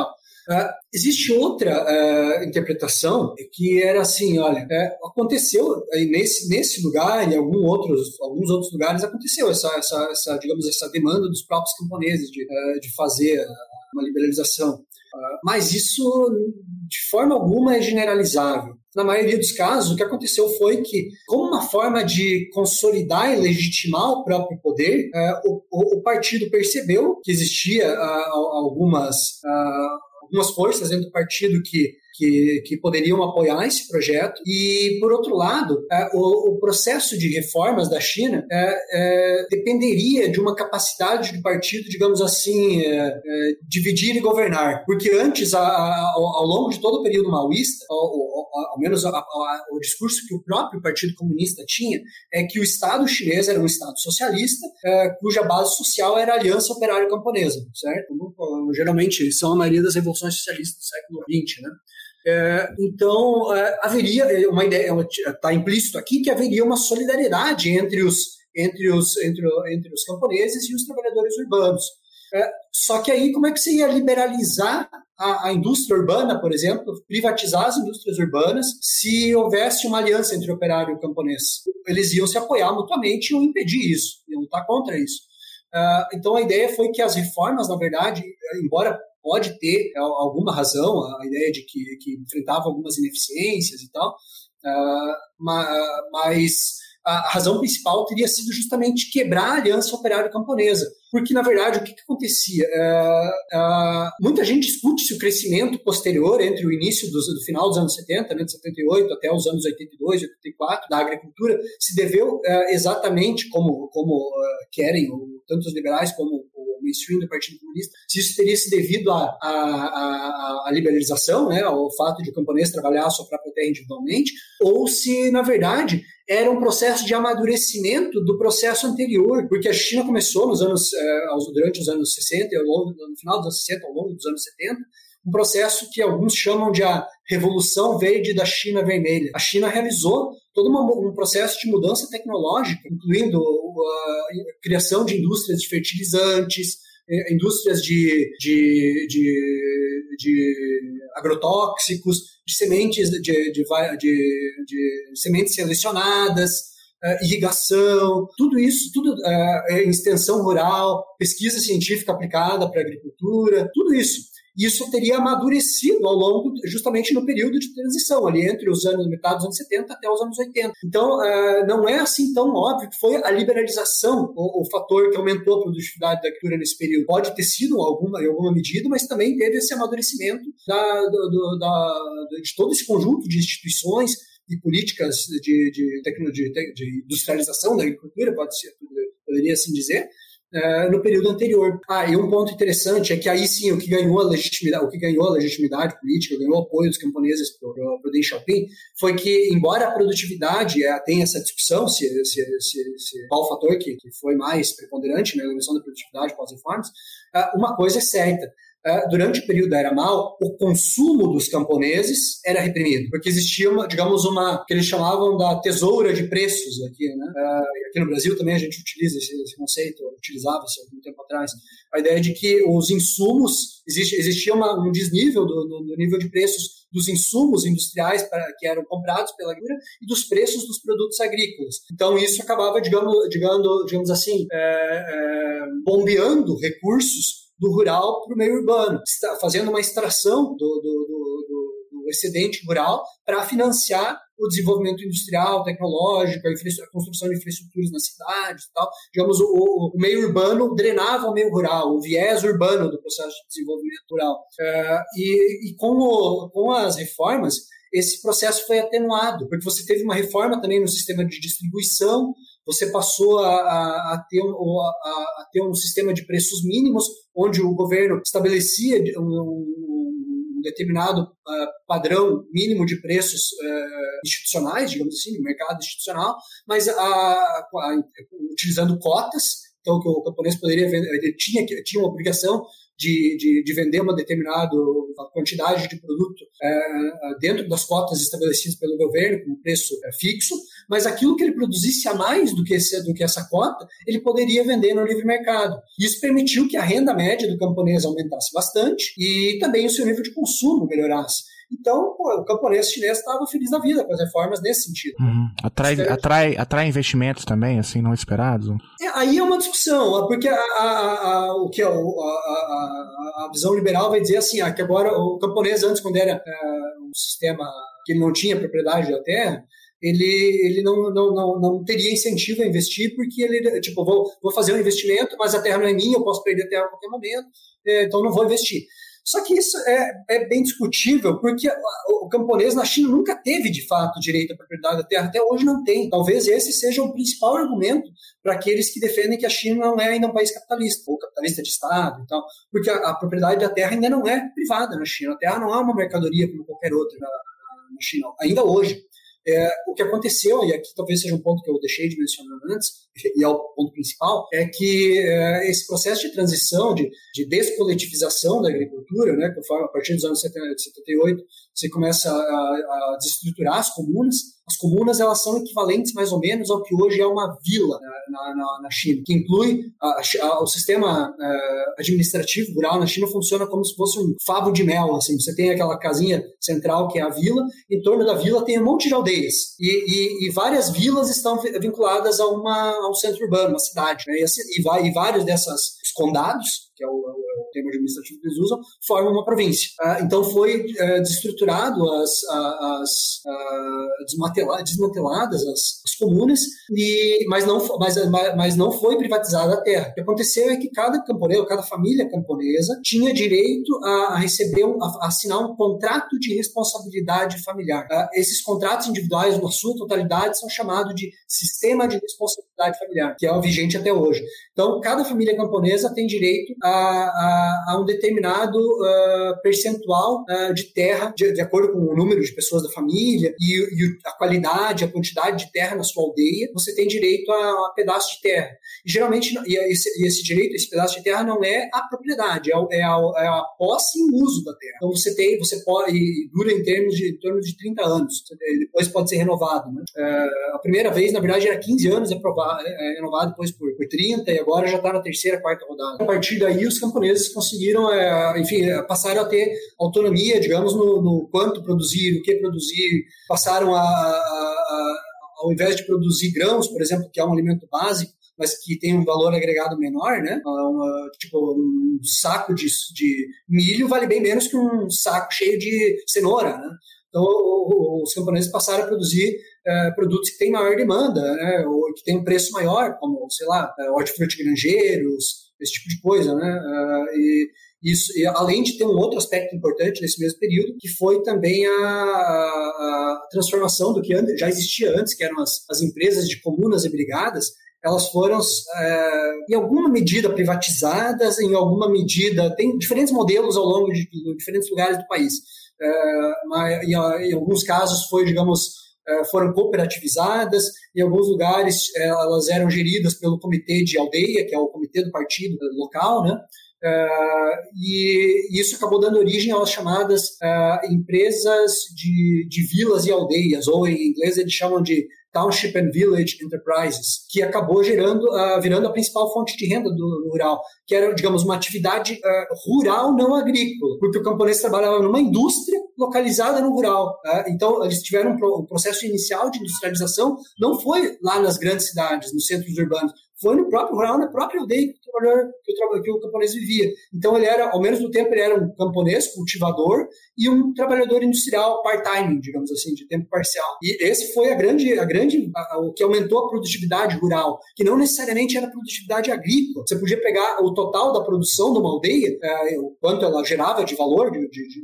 [SPEAKER 5] Existe outra interpretação que era assim, olha, aconteceu nesse lugar e em alguns outros lugares aconteceu essa demanda dos próprios camponeses de fazer uma liberalização. Mas isso, de forma alguma, é generalizável. Na maioria dos casos, o que aconteceu foi que, como uma forma de consolidar e legitimar o próprio poder, o partido percebeu que existia algumas forças dentro do partido que poderiam apoiar esse projeto. E, por outro lado, o processo de reformas da China dependeria de uma capacidade do partido, digamos assim, dividir e governar. Porque antes, ao longo de todo o período maoísta, ao menos o discurso que o próprio Partido Comunista tinha, é que o Estado chinês era um Estado socialista, cuja base social era a Aliança Operária Camponesa, certo? Geralmente são a maioria das revoluções socialistas do século XX, né? Então, haveria uma ideia, está implícito aqui que haveria uma solidariedade entre os camponeses e os trabalhadores urbanos. Só que aí, como é que você ia liberalizar a indústria urbana, por exemplo, privatizar as indústrias urbanas, se houvesse uma aliança entre operário e camponês? Eles iam se apoiar mutuamente e iam impedir isso, iam lutar contra isso. Então, a ideia foi que as reformas, na verdade, embora pode ter alguma razão, a ideia de que enfrentava algumas ineficiências e tal, mas a razão principal teria sido justamente quebrar a aliança operário-camponesa. Porque, na verdade, o que acontecia? Muita gente discute se o crescimento posterior entre o início do final dos anos 70, né, de 78 até os anos 82, 84, da agricultura, se deveu exatamente como querem tanto os liberais como o mainstream do Partido Comunista, se isso teria se devido à liberalização, né, ao fato de o camponês trabalhar a sua própria terra individualmente, ou se, na verdade, era um processo de amadurecimento do processo anterior, porque a China começou durante os anos 60, no final dos anos 60, ao longo dos anos 70, um processo que alguns chamam de a Revolução Verde da China Vermelha. A China realizou todo um processo de mudança tecnológica, incluindo a criação de indústrias de fertilizantes, indústrias de agrotóxicos, de sementes sementes selecionadas, irrigação, tudo isso, extensão rural, pesquisa científica aplicada para a agricultura, tudo isso. Isso teria amadurecido ao longo, justamente no período de transição, ali entre metade dos anos 70 até os anos 80. Então, não é assim tão óbvio que foi a liberalização o fator que aumentou a produtividade da agricultura nesse período. Pode ter sido em alguma medida, mas também teve esse amadurecimento de todo esse conjunto de instituições e políticas de industrialização da agricultura, poderia assim dizer, no período anterior. E um ponto interessante é que aí sim o que ganhou a legitimidade política, ganhou o apoio dos camponeses para o Deng Xiaoping, foi que, embora a produtividade tenha essa discussão qual o fator que foi mais preponderante na evolução da produtividade pós-reformas, uma coisa é certa. Durante o período da Era Mao, o consumo dos camponeses era reprimido, porque existia digamos, que eles chamavam da tesoura de preços aqui, né? Aqui no Brasil também a gente utiliza esse conceito, utilizava-se há algum tempo atrás, a ideia de que os insumos, existia um desnível do nível de preços dos insumos industriais que eram comprados pela agricultura e dos preços dos produtos agrícolas. Então isso acabava, digamos assim, bombeando recursos do rural para o meio urbano, fazendo uma extração do excedente rural para financiar o desenvolvimento industrial, tecnológico, a construção de infraestruturas nas cidades e tal. Digamos, o meio urbano drenava o meio rural, o viés urbano do processo de desenvolvimento rural. E com as reformas, esse processo foi atenuado, porque você teve uma reforma também no sistema de distribuição, você passou a ter um sistema de preços mínimos, onde o governo estabelecia um determinado padrão mínimo de preços institucionais, digamos assim, no mercado institucional, mas utilizando cotas. Então, que o camponês poderia vender, ele tinha uma obrigação de vender um determinado a quantidade de produto dentro das cotas estabelecidas pelo governo, com um preço fixo, mas aquilo que ele produzisse a mais do que essa cota, ele poderia vender no livre mercado. Isso permitiu que a renda média do camponês aumentasse bastante e também o seu nível de consumo melhorasse. Então, o camponês chinês estava feliz da vida com as reformas nesse sentido.
[SPEAKER 2] Atrai investimentos também, assim, não esperados?
[SPEAKER 5] Aí é uma discussão, porque a visão liberal vai dizer assim, que agora o camponês antes, quando era um sistema que ele não tinha propriedade da terra, ele não teria incentivo a investir, porque ele, tipo, vou fazer um investimento, mas a terra não é minha, eu posso perder a terra a qualquer momento, então não vou investir. Só que isso é bem discutível, porque o camponês na China nunca teve, de fato, direito à propriedade da terra, até hoje não tem. Talvez esse seja o principal argumento para aqueles que defendem que a China não é ainda um país capitalista, ou capitalista de Estado e tal, porque a propriedade da terra ainda não é privada na China. A terra não é uma mercadoria como qualquer outra na China, ainda hoje. O que aconteceu, e aqui talvez seja um ponto que eu deixei de mencionar antes, e é o ponto principal, é que esse processo de transição, de descoletivização da agricultura, né, conforme a partir dos anos 78, você começa a desestruturar as comunas. As comunas, elas são equivalentes mais ou menos ao que hoje é uma vila na China, que inclui o sistema administrativo rural na China funciona como se fosse um favo de mel, assim. Você tem aquela casinha central que é a vila, em torno da vila tem um monte de aldeias e várias vilas estão vinculadas a um centro urbano, uma cidade, né? E vários desses condados, que é o termo administrativo que eles usam, formam uma província. Então foi desestruturado, desmanteladas as comunas, mas não foi privatizada a terra. O que aconteceu é que cada camponês, cada família camponesa tinha direito a assinar um contrato de responsabilidade familiar. Esses contratos individuais, na sua totalidade, são chamados de sistema de responsabilidade familiar, que é o vigente até hoje. Então, cada família camponesa tem direito a um determinado percentual de terra, de acordo com o número de pessoas da família e a qualidade, a quantidade de terra na sua aldeia, você tem direito a pedaço de terra. E geralmente, esse direito, esse pedaço de terra não é a propriedade, é a posse e uso da terra. Então, você pode, e dura em torno de 30 anos, depois pode ser renovado, né? A primeira vez, na verdade, era 15 anos, renovado depois por 30, e agora já está na terceira, quarta rodada. A partir daí, os camponeses conseguiram, passaram a ter autonomia, digamos, no quanto produzir, o que produzir, passaram ao invés de produzir grãos, por exemplo, que é um alimento básico, mas que tem um valor agregado menor, né? Tipo, um saco de milho vale bem menos que um saco cheio de cenoura, né? Então, os camponeses passaram a produzir produtos que têm maior demanda, né? Ou que têm um preço maior, como, sei lá, hortifruti grangeiros, esse tipo de coisa, né? E além de ter um outro aspecto importante nesse mesmo período, que foi também a transformação do que já existia antes, que eram as empresas de comunas e brigadas. Elas foram, em alguma medida, privatizadas, em alguma medida... Tem diferentes modelos ao longo de diferentes lugares do país. Mas, em alguns casos, foram cooperativizadas, em alguns lugares elas eram geridas pelo comitê de aldeia, que é o comitê do partido local, né? E isso acabou dando origem às chamadas empresas de vilas e aldeias, ou em inglês eles chamam de Township and Village Enterprises, que acabou virando a principal fonte de renda do rural, que era, digamos, uma atividade rural não agrícola, porque o camponês trabalhava numa indústria localizada no rural. Então, eles tiveram um processo inicial de industrialização, não foi lá nas grandes cidades, nos centros urbanos, foi no próprio rural, na própria aldeia que o camponês vivia. Então, ele era, ao menos no tempo, ele era um camponês, cultivador, e um trabalhador industrial part-time, digamos assim, de tempo parcial. E esse foi o que aumentou a produtividade rural, que não necessariamente era produtividade agrícola. Você podia pegar o total da produção de uma aldeia, o quanto ela gerava de valor, de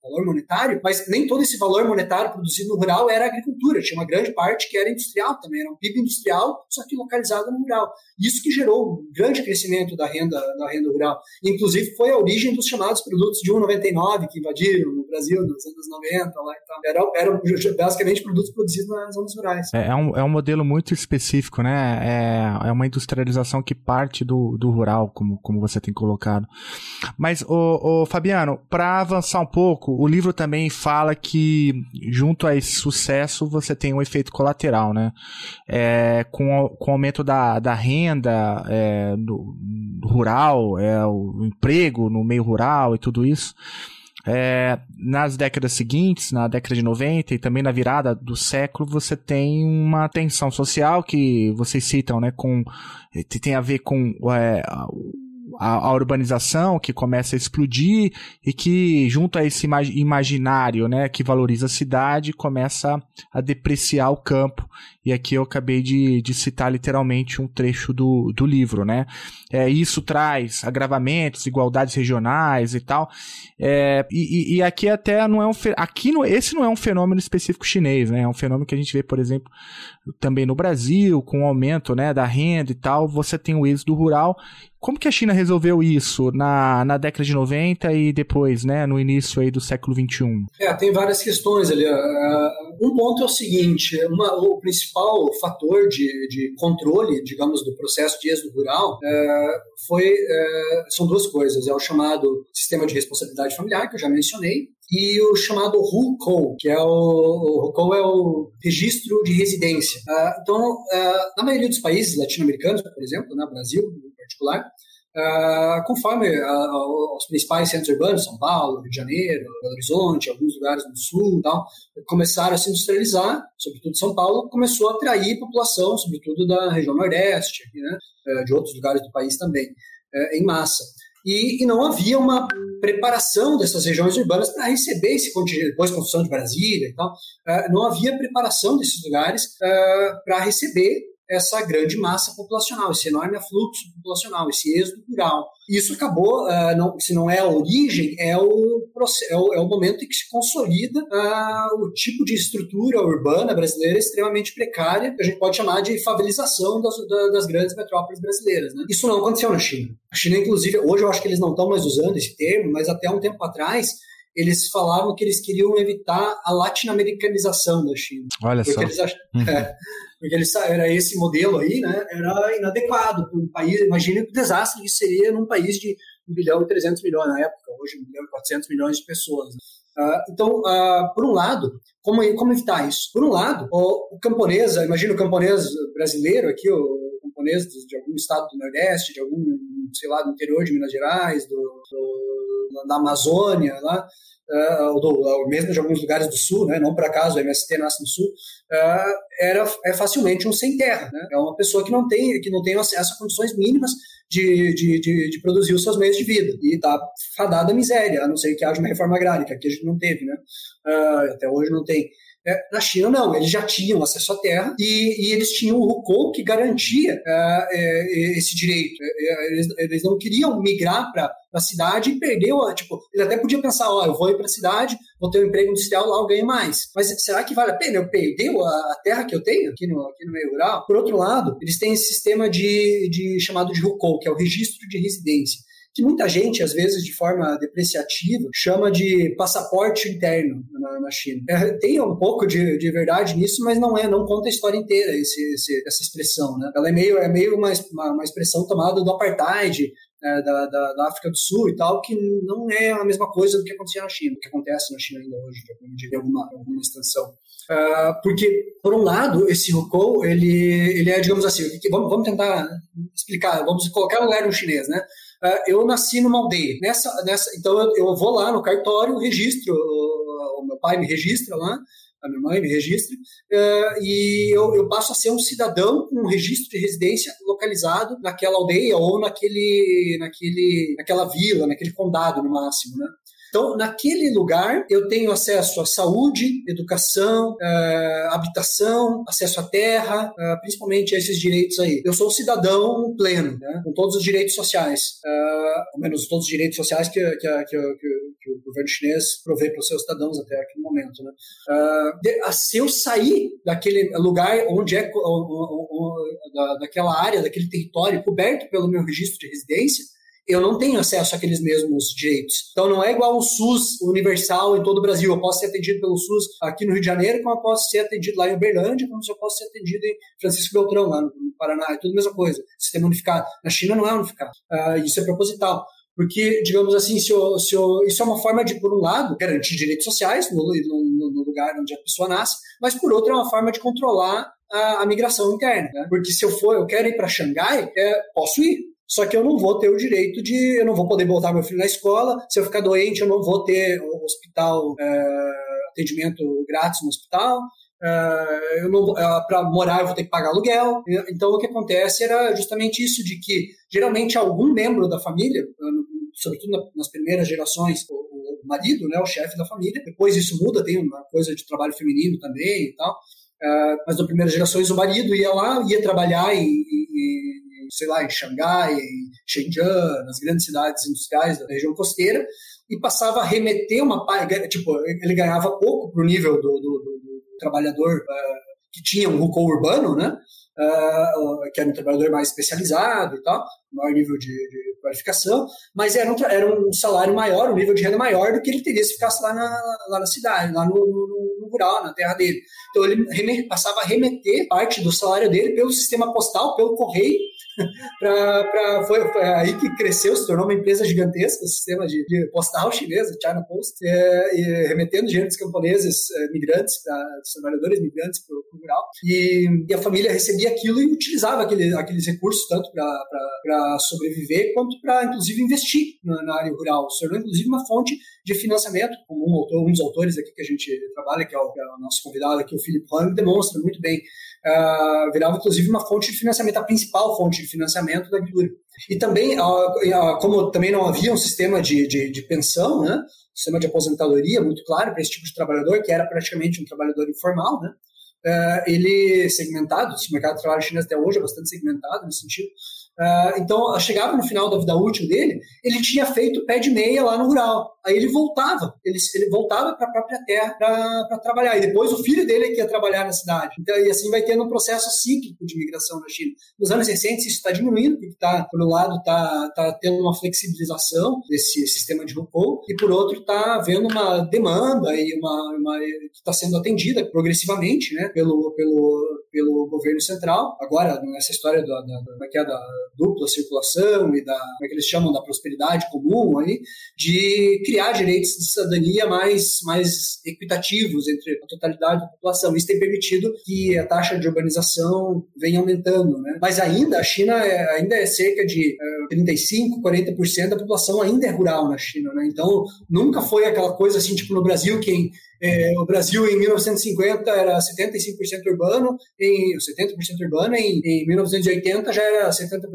[SPEAKER 5] valor monetário, mas nem todo esse valor monetário produzido no rural era agricultura, tinha uma grande parte que era industrial também, era um PIB industrial, só que localizado no rural. Isso que gerou um grande crescimento da renda rural. Inclusive foi a origem dos chamados produtos de 1,99 que invadiram o Brasil nos anos 90. Lá, então, eram basicamente produtos produzidos nas zonas rurais.
[SPEAKER 2] É um modelo muito específico, né? É uma industrialização que parte do rural, como você tem colocado. Mas, Fabiano, para avançar um pouco, o livro também fala que junto a esse sucesso você tem um efeito colateral, né? Com o aumento da renda do rural, o emprego no meio rural e tudo isso. Nas décadas seguintes, na década de 90 e também na virada do século, você tem uma tensão social que vocês citam, né, tem a ver com a urbanização que começa a explodir e que, junto a esse imaginário, né, que valoriza a cidade, começa a depreciar o campo. E aqui eu acabei de citar literalmente um trecho do livro, né? Isso traz agravamentos, desigualdades regionais e tal. E aqui até não é esse não é um fenômeno específico chinês, né? É um fenômeno que a gente vê, por exemplo, também no Brasil, com o aumento, né, da renda e tal. Você tem o êxodo rural. Como que a China resolveu isso na década de 90 e depois, né, no início aí do século XXI?
[SPEAKER 5] Tem várias questões ali. Um ponto é o seguinte, o principal fator de controle, digamos, do processo de êxodo rural são duas coisas. É o chamado Sistema de Responsabilidade Familiar, que eu já mencionei, e o chamado Hukou, que o Hukou é o Registro de Residência. Então, na maioria dos países latino-americanos, por exemplo, no Brasil em particular, conforme os principais centros urbanos, São Paulo, Rio de Janeiro, Belo Horizonte, alguns lugares no sul, tal, começaram a se industrializar, sobretudo São Paulo, começou a atrair população, sobretudo da região Nordeste, né, de outros lugares do país também, em massa. E não havia uma preparação dessas regiões urbanas para receber esse contingente, depois da construção de Brasília e tal, não havia preparação desses lugares para receber essa grande massa populacional, esse enorme afluxo populacional, esse êxodo rural. Isso acabou, se não é a origem, é o momento em que se consolida o tipo de estrutura urbana brasileira extremamente precária, que a gente pode chamar de favelização das grandes metrópoles brasileiras, né? Isso não aconteceu na China. A China, inclusive, hoje eu acho que eles não estão mais usando esse termo, mas até um tempo atrás, eles falavam que eles queriam evitar a latino-americanização da China.
[SPEAKER 2] Olha
[SPEAKER 5] porque
[SPEAKER 2] só.
[SPEAKER 5] Eles porque era esse modelo aí, né? Era inadequado para um país. Imagina o desastre que seria num país de 1 bilhão e 300 milhões na época, hoje 1 bilhão e 400 milhões de pessoas. Então, por um lado, como evitar isso? Por um lado, o camponês, imagina o camponês brasileiro aqui, o camponês de algum estado do Nordeste, de algum, sei lá, do interior de Minas Gerais, da Amazônia, lá, ou mesmo de alguns lugares do Sul, né? Não por acaso o MST nasce no Sul, é facilmente um sem terra, né? É uma pessoa que não tem acesso a condições mínimas de produzir os seus meios de vida e está fadada à miséria, a não ser que haja uma reforma agrária, que aqui a gente não teve, né? Até hoje não tem. Na China, não, eles já tinham acesso à terra e eles tinham o Hukou que garantia esse direito. Eles não queriam migrar para a cidade e perdeu, eles até podiam pensar, eu vou ir para a cidade, vou ter um emprego industrial lá, eu ganho mais. Mas será que vale a pena eu perder a terra que eu tenho aqui no meio rural? Por outro lado, eles têm esse sistema chamado de Hukou, que é o Registro de Residência, que muita gente, às vezes de forma depreciativa, chama de passaporte interno na China. Tem um pouco de verdade nisso, mas não conta a história inteira essa expressão, né? Ela é meio uma expressão tomada do apartheid, da África do Sul e tal, que não é a mesma coisa do que acontecia na China, que acontece na China ainda hoje, de alguma extensão. Porque, por um lado, esse Hukou, ele é, digamos assim, vamos tentar explicar, vamos colocar no lugar de um chinês, né? Eu nasci numa aldeia. Então eu vou lá no cartório, registro, o meu pai me registra lá, a minha mãe me registra, e eu passo a ser um cidadão com um registro de residência localizado naquela aldeia ou naquela vila, naquele condado no máximo, né? Então, naquele lugar, eu tenho acesso à saúde, educação, habitação, acesso à terra, principalmente a esses direitos aí. Eu sou um cidadão pleno, né, com todos os direitos sociais, ao menos todos os direitos sociais que o governo chinês provê para os seus cidadãos até aquele momento, né? Se eu sair daquele lugar onde daquela área, daquele território coberto pelo meu registro de residência, eu não tenho acesso àqueles mesmos direitos. Então não é igual o SUS universal em todo o Brasil. Eu posso ser atendido pelo SUS aqui no Rio de Janeiro, como eu posso ser atendido lá em Uberlândia, como eu posso ser atendido em Francisco Beltrão, lá no Paraná. É tudo a mesma coisa. Sistema unificado. Na China não é unificado. Isso é proposital. Porque, digamos assim, isso é uma forma de, por um lado, garantir direitos sociais no lugar onde a pessoa nasce, mas, por outro, é uma forma de controlar a migração interna. Né? Porque se eu quero ir para Xangai, posso ir. Só que eu não vou ter o direito eu não vou poder botar meu filho na escola, se eu ficar doente eu não vou ter hospital, atendimento grátis no hospital, para morar eu vou ter que pagar aluguel. Então o que acontece era justamente isso, de que geralmente algum membro da família, sobretudo nas primeiras gerações, o marido, né, o chefe da família, depois isso muda, tem uma coisa de trabalho feminino também e tal, mas nas primeiras gerações o marido ia trabalhar sei lá, em Xangai, em Shenzhen, nas grandes cidades industriais da região costeira, e passava a remeter ele ganhava pouco para o nível do trabalhador que tinha um rucou urbano, né? Que era um trabalhador mais especializado e tal, maior nível de qualificação, mas era um salário maior, um nível de renda maior do que ele teria se ficasse lá na cidade, lá no rural, na terra dele. Então ele passava a remeter parte do salário dele pelo sistema postal, pelo correio, foi aí que cresceu, se tornou uma empresa gigantesca, o sistema de postal chinês, o China Post, remetendo dinheiro dos camponeses migrantes, dos trabalhadores migrantes para o rural, e a família recebia aquilo e utilizava aqueles recursos tanto para sobreviver quanto para, inclusive, investir na área rural. Se tornou, inclusive, uma fonte de financiamento, como um dos autores aqui que a gente trabalha, que é o nosso convidado aqui, o Philip Huang, demonstra muito bem. Virava, inclusive, uma fonte de financiamento, a principal fonte de financiamento da agricultura. E também, como também não havia um sistema de pensão, né, sistema de aposentadoria muito claro para esse tipo de trabalhador, que era praticamente um trabalhador informal, né, ele segmentado, o mercado de trabalho chinês até hoje é bastante segmentado nesse sentido. Então, chegava no final da vida útil dele, ele tinha feito pé de meia lá no rural. Aí ele voltava para a própria terra para trabalhar. E depois o filho dele é que ia trabalhar na cidade. Então, e assim vai tendo um processo cíclico de migração na China. Nos anos recentes isso está diminuindo, porque por um lado está tendo uma flexibilização desse sistema de RUCO, e por outro está havendo uma demanda e que está sendo atendida progressivamente, né, pelo governo central. Agora, nessa história da dupla circulação e como é que eles chamam, da prosperidade comum, aí, de criar direitos de cidadania mais equitativos entre a totalidade da população. Isso tem permitido que a taxa de urbanização venha aumentando, né? Mas ainda a China ainda é cerca de 35%, 40% da população ainda é rural na China, né? Então nunca foi aquela coisa assim, tipo no Brasil, o Brasil em 1950 era 75% urbano, em 1980 já era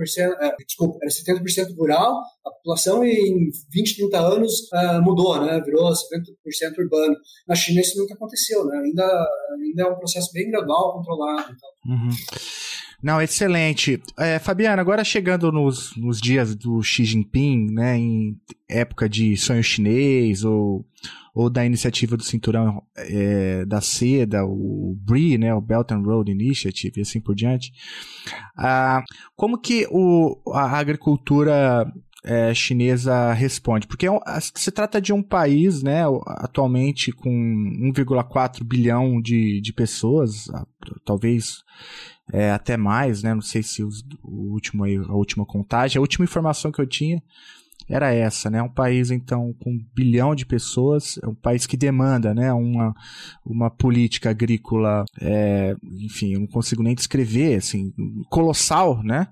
[SPEAKER 5] 70% rural, a população em 20, 30 anos mudou, né? Virou 70% urbano. Na China isso nunca aconteceu, né? Ainda é um processo bem gradual, controlado. Então.
[SPEAKER 2] Uhum. Não, excelente. Fabiana, agora chegando nos dias do Xi Jinping, né, em época de sonho chinês ou da iniciativa do Cinturão da Seda, o BRI, né, o Belt and Road Initiative e assim por diante, como que a agricultura chinesa responde? Porque se trata de um país, né, atualmente com 1,4 bilhão de pessoas, talvez até mais, né? Não sei se a última contagem, a última informação que eu tinha era essa, né? Um país, então, com 1 bilhão de pessoas, é um país que demanda, né, uma política agrícola, enfim, eu não consigo nem descrever, assim, colossal, né?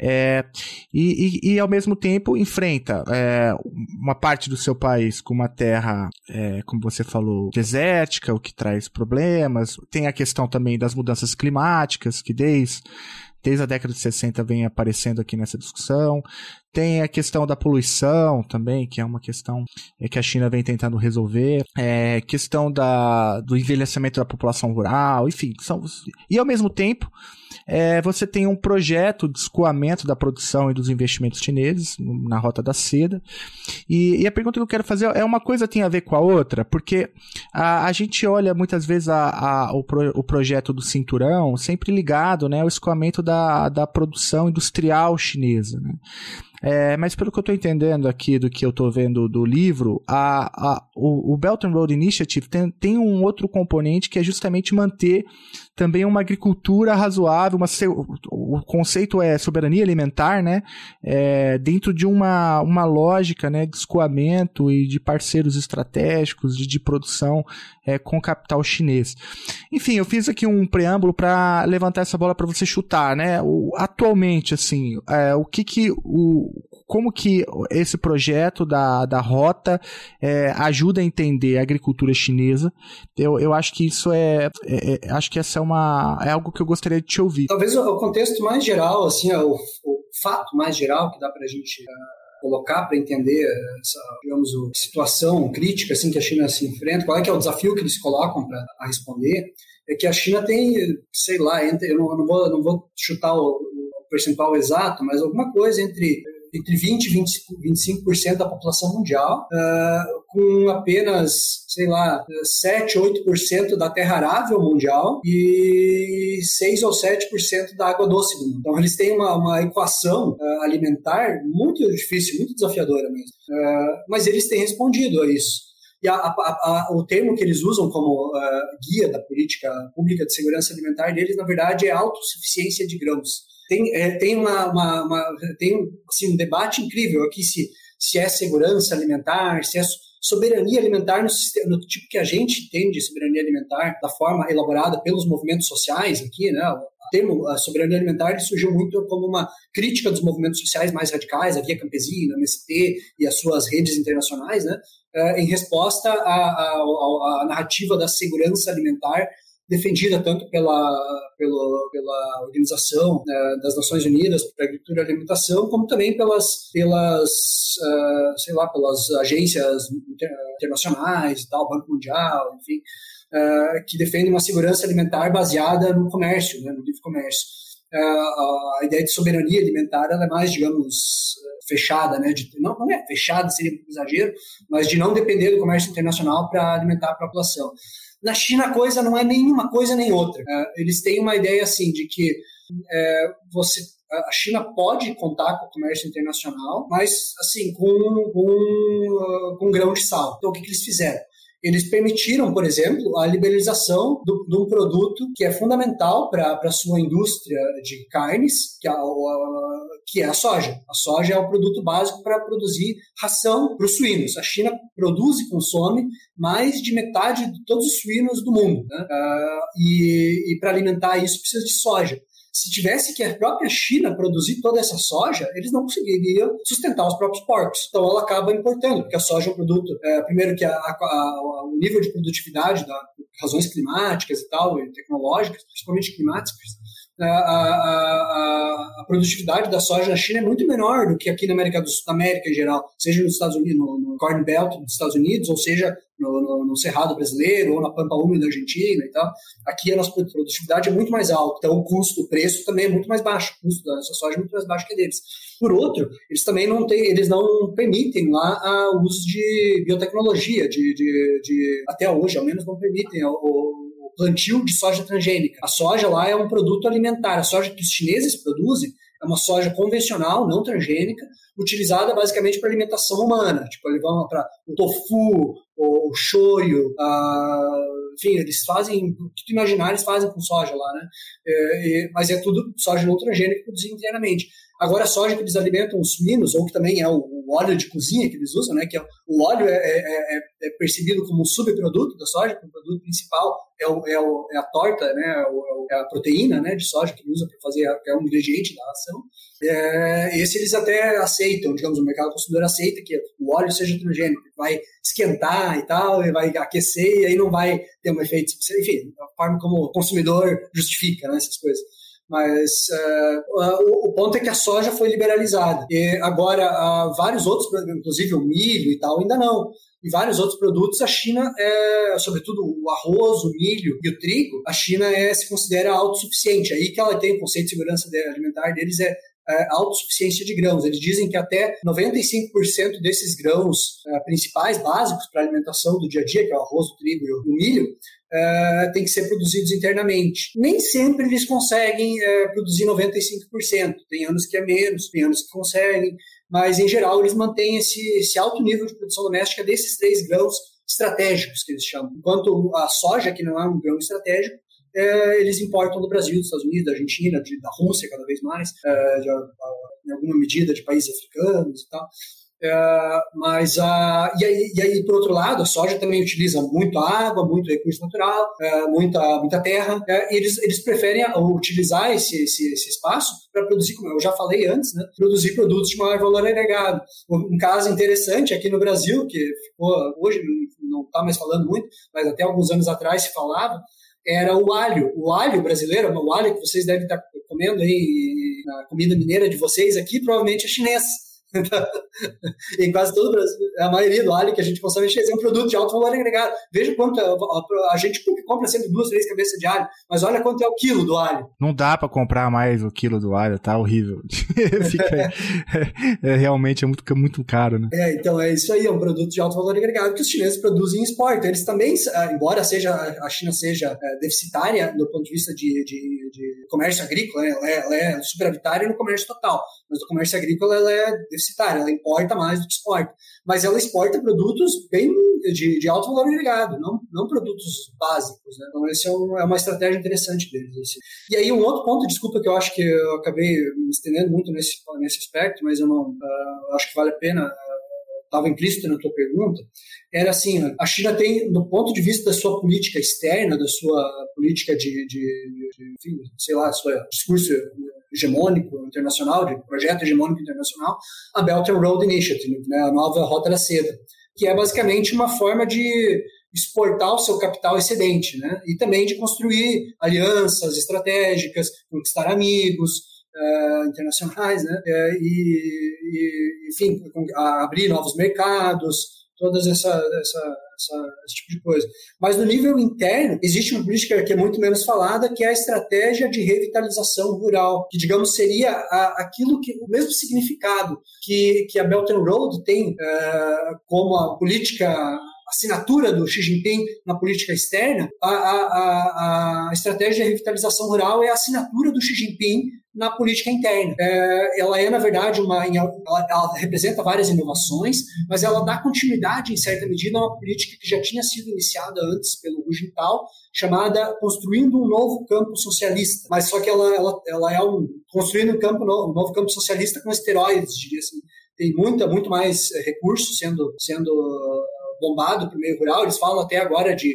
[SPEAKER 2] E ao mesmo tempo, enfrenta uma parte do seu país com uma terra, como você falou, desértica, o que traz problemas. Tem a questão também das mudanças climáticas, que desde a década de 60 vem aparecendo aqui nessa discussão. Tem a questão da poluição também, que é uma questão que a China vem tentando resolver. Questão do envelhecimento da população rural, enfim. E ao mesmo tempo, você tem um projeto de escoamento da produção e dos investimentos chineses na Rota da Seda. E a pergunta que eu quero fazer é: uma coisa tem a ver com a outra? Porque a gente olha muitas vezes o projeto do cinturão sempre ligado, né, ao escoamento da produção industrial chinesa, né? Mas pelo que eu estou entendendo aqui do que eu estou vendo do livro, o Belt and Road Initiative tem um outro componente que é justamente manter também uma agricultura razoável, o conceito é soberania alimentar, né? Dentro de uma lógica, né, de escoamento e de parceiros estratégicos de produção com capital chinês. Enfim, eu fiz aqui um preâmbulo para levantar essa bola para você chutar, né? Atualmente, assim, como que esse projeto da Rota ajuda a entender a agricultura chinesa? Eu acho que isso acho que essa é algo que eu gostaria de te ouvir.
[SPEAKER 5] Talvez o contexto mais geral, assim, o fato mais geral que dá para a gente colocar para entender essa, digamos, situação crítica assim, que a China se enfrenta, qual é que é o desafio que eles colocam para responder, é que a China tem, sei lá, eu não vou chutar o percentual exato, mas alguma coisa entre 20% e 25% da população mundial, com apenas, sei lá, 7, 8% da terra arável mundial e 6 ou 7% da água doce do mundo. Então, eles têm uma equação alimentar muito difícil, muito desafiadora mesmo. Mas eles têm respondido a isso. E o termo que eles usam como guia da política pública de segurança alimentar deles, na verdade, é autossuficiência de grãos. Tem assim, um debate incrível aqui se é segurança alimentar, se é soberania alimentar no tipo que a gente entende de soberania alimentar, da forma elaborada pelos movimentos sociais aqui, né? O termo soberania alimentar surgiu muito como uma crítica dos movimentos sociais mais radicais, a Via Campesina, a MST e as suas redes internacionais, né? Em resposta à narrativa da segurança alimentar defendida tanto pela Organização das Nações Unidas para a Agricultura e Alimentação, como também pelas agências internacionais e tal, Banco Mundial, enfim, que defendem uma segurança alimentar baseada no comércio, né, no livre comércio. A ideia de soberania alimentar ela é mais, digamos, fechada, né? Não é fechada, seria um exagero, mas de não depender do comércio internacional para alimentar a população. Na China a coisa não é nenhuma coisa nem outra. Eles têm uma ideia assim de que a China pode contar com o comércio internacional, mas assim com grão de sal. Então o que eles fizeram? Eles permitiram, por exemplo, a liberalização de um produto que é fundamental para a sua indústria de carnes, que é a soja. A soja é o produto básico para produzir ração para os suínos. A China produz e consome mais de metade de todos os suínos do mundo, né? E para alimentar isso precisa de soja. Se tivesse que a própria China produzir toda essa soja, eles não conseguiriam sustentar os próprios porcos. Então ela acaba importando, porque a soja é um produto, primeiro que o nível de produtividade, razões climáticas e tal, e tecnológicas, principalmente climáticas, a produtividade da soja na China é muito menor do que aqui na América do Sul, na América em geral, seja nos Estados Unidos, no Corn Belt dos Estados Unidos, ou seja no Cerrado brasileiro, ou na Pampa Úmida da Argentina e tal. Aqui a nossa produtividade é muito mais alta, então o preço também é muito mais baixo, o custo dessa soja é muito mais baixo que deles. Por outro, eles também não permitem lá o uso de biotecnologia, até hoje, ao menos não permitem o plantio de soja transgênica. A soja lá é um produto alimentar. A soja que os chineses produzem é uma soja convencional, não transgênica, utilizada basicamente para alimentação humana. Tipo, eles vão para o tofu, o shoyu, enfim, eles fazem o que tu imaginar, eles fazem com soja lá, né? Mas é tudo soja não transgênica produzida inteiramente. Agora, a soja que eles alimentam os suínos, ou que também é o óleo de cozinha que eles usam, né? Que o óleo é percebido como um subproduto da soja, que o produto principal é a torta, né? É a proteína, né, de soja que ele usa para fazer, é um ingrediente da ração. Esse eles até aceitam, digamos, o mercado consumidor aceita que o óleo seja transgênico, vai esquentar e tal, e vai aquecer, e aí não vai ter um efeito, enfim, a forma como o consumidor justifica, né, essas coisas. Mas o ponto é que a soja foi liberalizada. E agora, vários outros, inclusive o milho e tal, ainda não. E vários outros produtos, a China, sobretudo o arroz, o milho e o trigo, a China se considera autossuficiente. Aí que ela tem o conceito de segurança alimentar deles autossuficiência de grãos. Eles dizem que até 95% desses grãos principais, básicos para a alimentação do dia a dia, que é o arroz, o trigo e o milho, tem que ser produzidos internamente. Nem sempre eles conseguem produzir 95%. Tem anos que é menos, tem anos que conseguem, mas em geral eles mantêm esse alto nível de produção doméstica desses 3 grãos estratégicos que eles chamam. Enquanto a soja, que não é um grão estratégico, eles importam do Brasil, dos Estados Unidos, da Argentina, da Rússia cada vez mais, em alguma medida de países africanos e tal. E aí, por outro lado, a soja também utiliza muito água, muito recurso natural, muita terra. Eles preferem utilizar esse espaço para produzir, como eu já falei antes, né, produzir produtos de maior valor agregado. Um caso interessante aqui no Brasil, que ficou, hoje não está mais falando muito, mas até alguns anos atrás se falava, era o alho. O alho brasileiro, o alho que vocês devem estar comendo aí na comida mineira de vocês aqui, provavelmente é chinês. Em quase todo o Brasil, a maioria do alho que a gente consome é um produto de alto valor agregado. Veja quanto a gente compra sempre 2, 3 cabeças de alho, mas olha quanto é o quilo do alho.
[SPEAKER 2] Não dá pra comprar mais o quilo do alho, tá horrível. Realmente é muito caro, né?
[SPEAKER 5] Então é isso aí, é um produto de alto valor agregado que os chineses produzem e exportam. Eles também, embora a China seja deficitária do ponto de vista de comércio agrícola, ela é superavitária no comércio total, mas no comércio agrícola ela é deficitária, ela importa mais do que exporta. Mas ela exporta produtos bem de alto valor agregado, não produtos básicos, né? Então, essa é uma estratégia interessante deles. Assim. E aí, um outro ponto, desculpa que eu acho que eu acabei me estendendo muito nesse aspecto, mas eu não acho que vale a pena, estava implícito na tua pergunta, era assim, a China tem, do ponto de vista da sua política externa, da sua política enfim, sei lá, seu discurso hegemônico internacional, de projeto hegemônico internacional, a Belt and Road Initiative, né, a nova Rota da Seda, que é basicamente uma forma de exportar o seu capital excedente, né, e também de construir alianças estratégicas, conquistar amigos internacionais, né, enfim, abrir novos mercados, todas esse tipo de coisa. Mas no nível interno, existe uma política que é muito menos falada, que é a estratégia de revitalização rural, que, digamos, seria aquilo que, o mesmo significado que a Belt and Road tem como a política, assinatura do Xi Jinping na política externa, a estratégia de revitalização rural é a assinatura do Xi Jinping na política interna. Ela é, na verdade, ela representa várias inovações, mas ela dá continuidade, em certa medida, a uma política que já tinha sido iniciada antes pelo Hu Jintao, chamada Construindo um Novo Campo Socialista. Mas só que ela é construindo um novo campo socialista com esteroides, diria assim. Tem muito mais recursos sendo bombado para o meio rural. Eles falam até agora de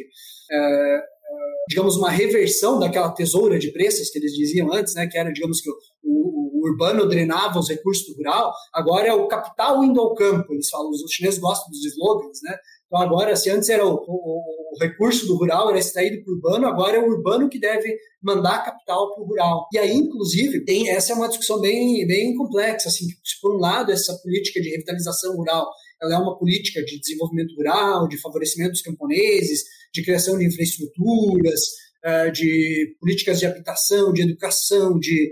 [SPEAKER 5] digamos, uma reversão daquela tesoura de preços que eles diziam antes, né, que era, digamos, que o urbano drenava os recursos do rural. Agora é o capital indo ao campo. Eles falam, os chineses gostam dos slogans, né? Então agora, se antes era o recurso do rural era extraído para o urbano, agora é o urbano que deve mandar capital para o rural. E aí, inclusive, essa é uma discussão bem complexa, assim, se por um lado essa política de revitalização rural, ela é uma política de desenvolvimento rural, de favorecimento dos camponeses, de criação de infraestruturas, de políticas de habitação, de educação, de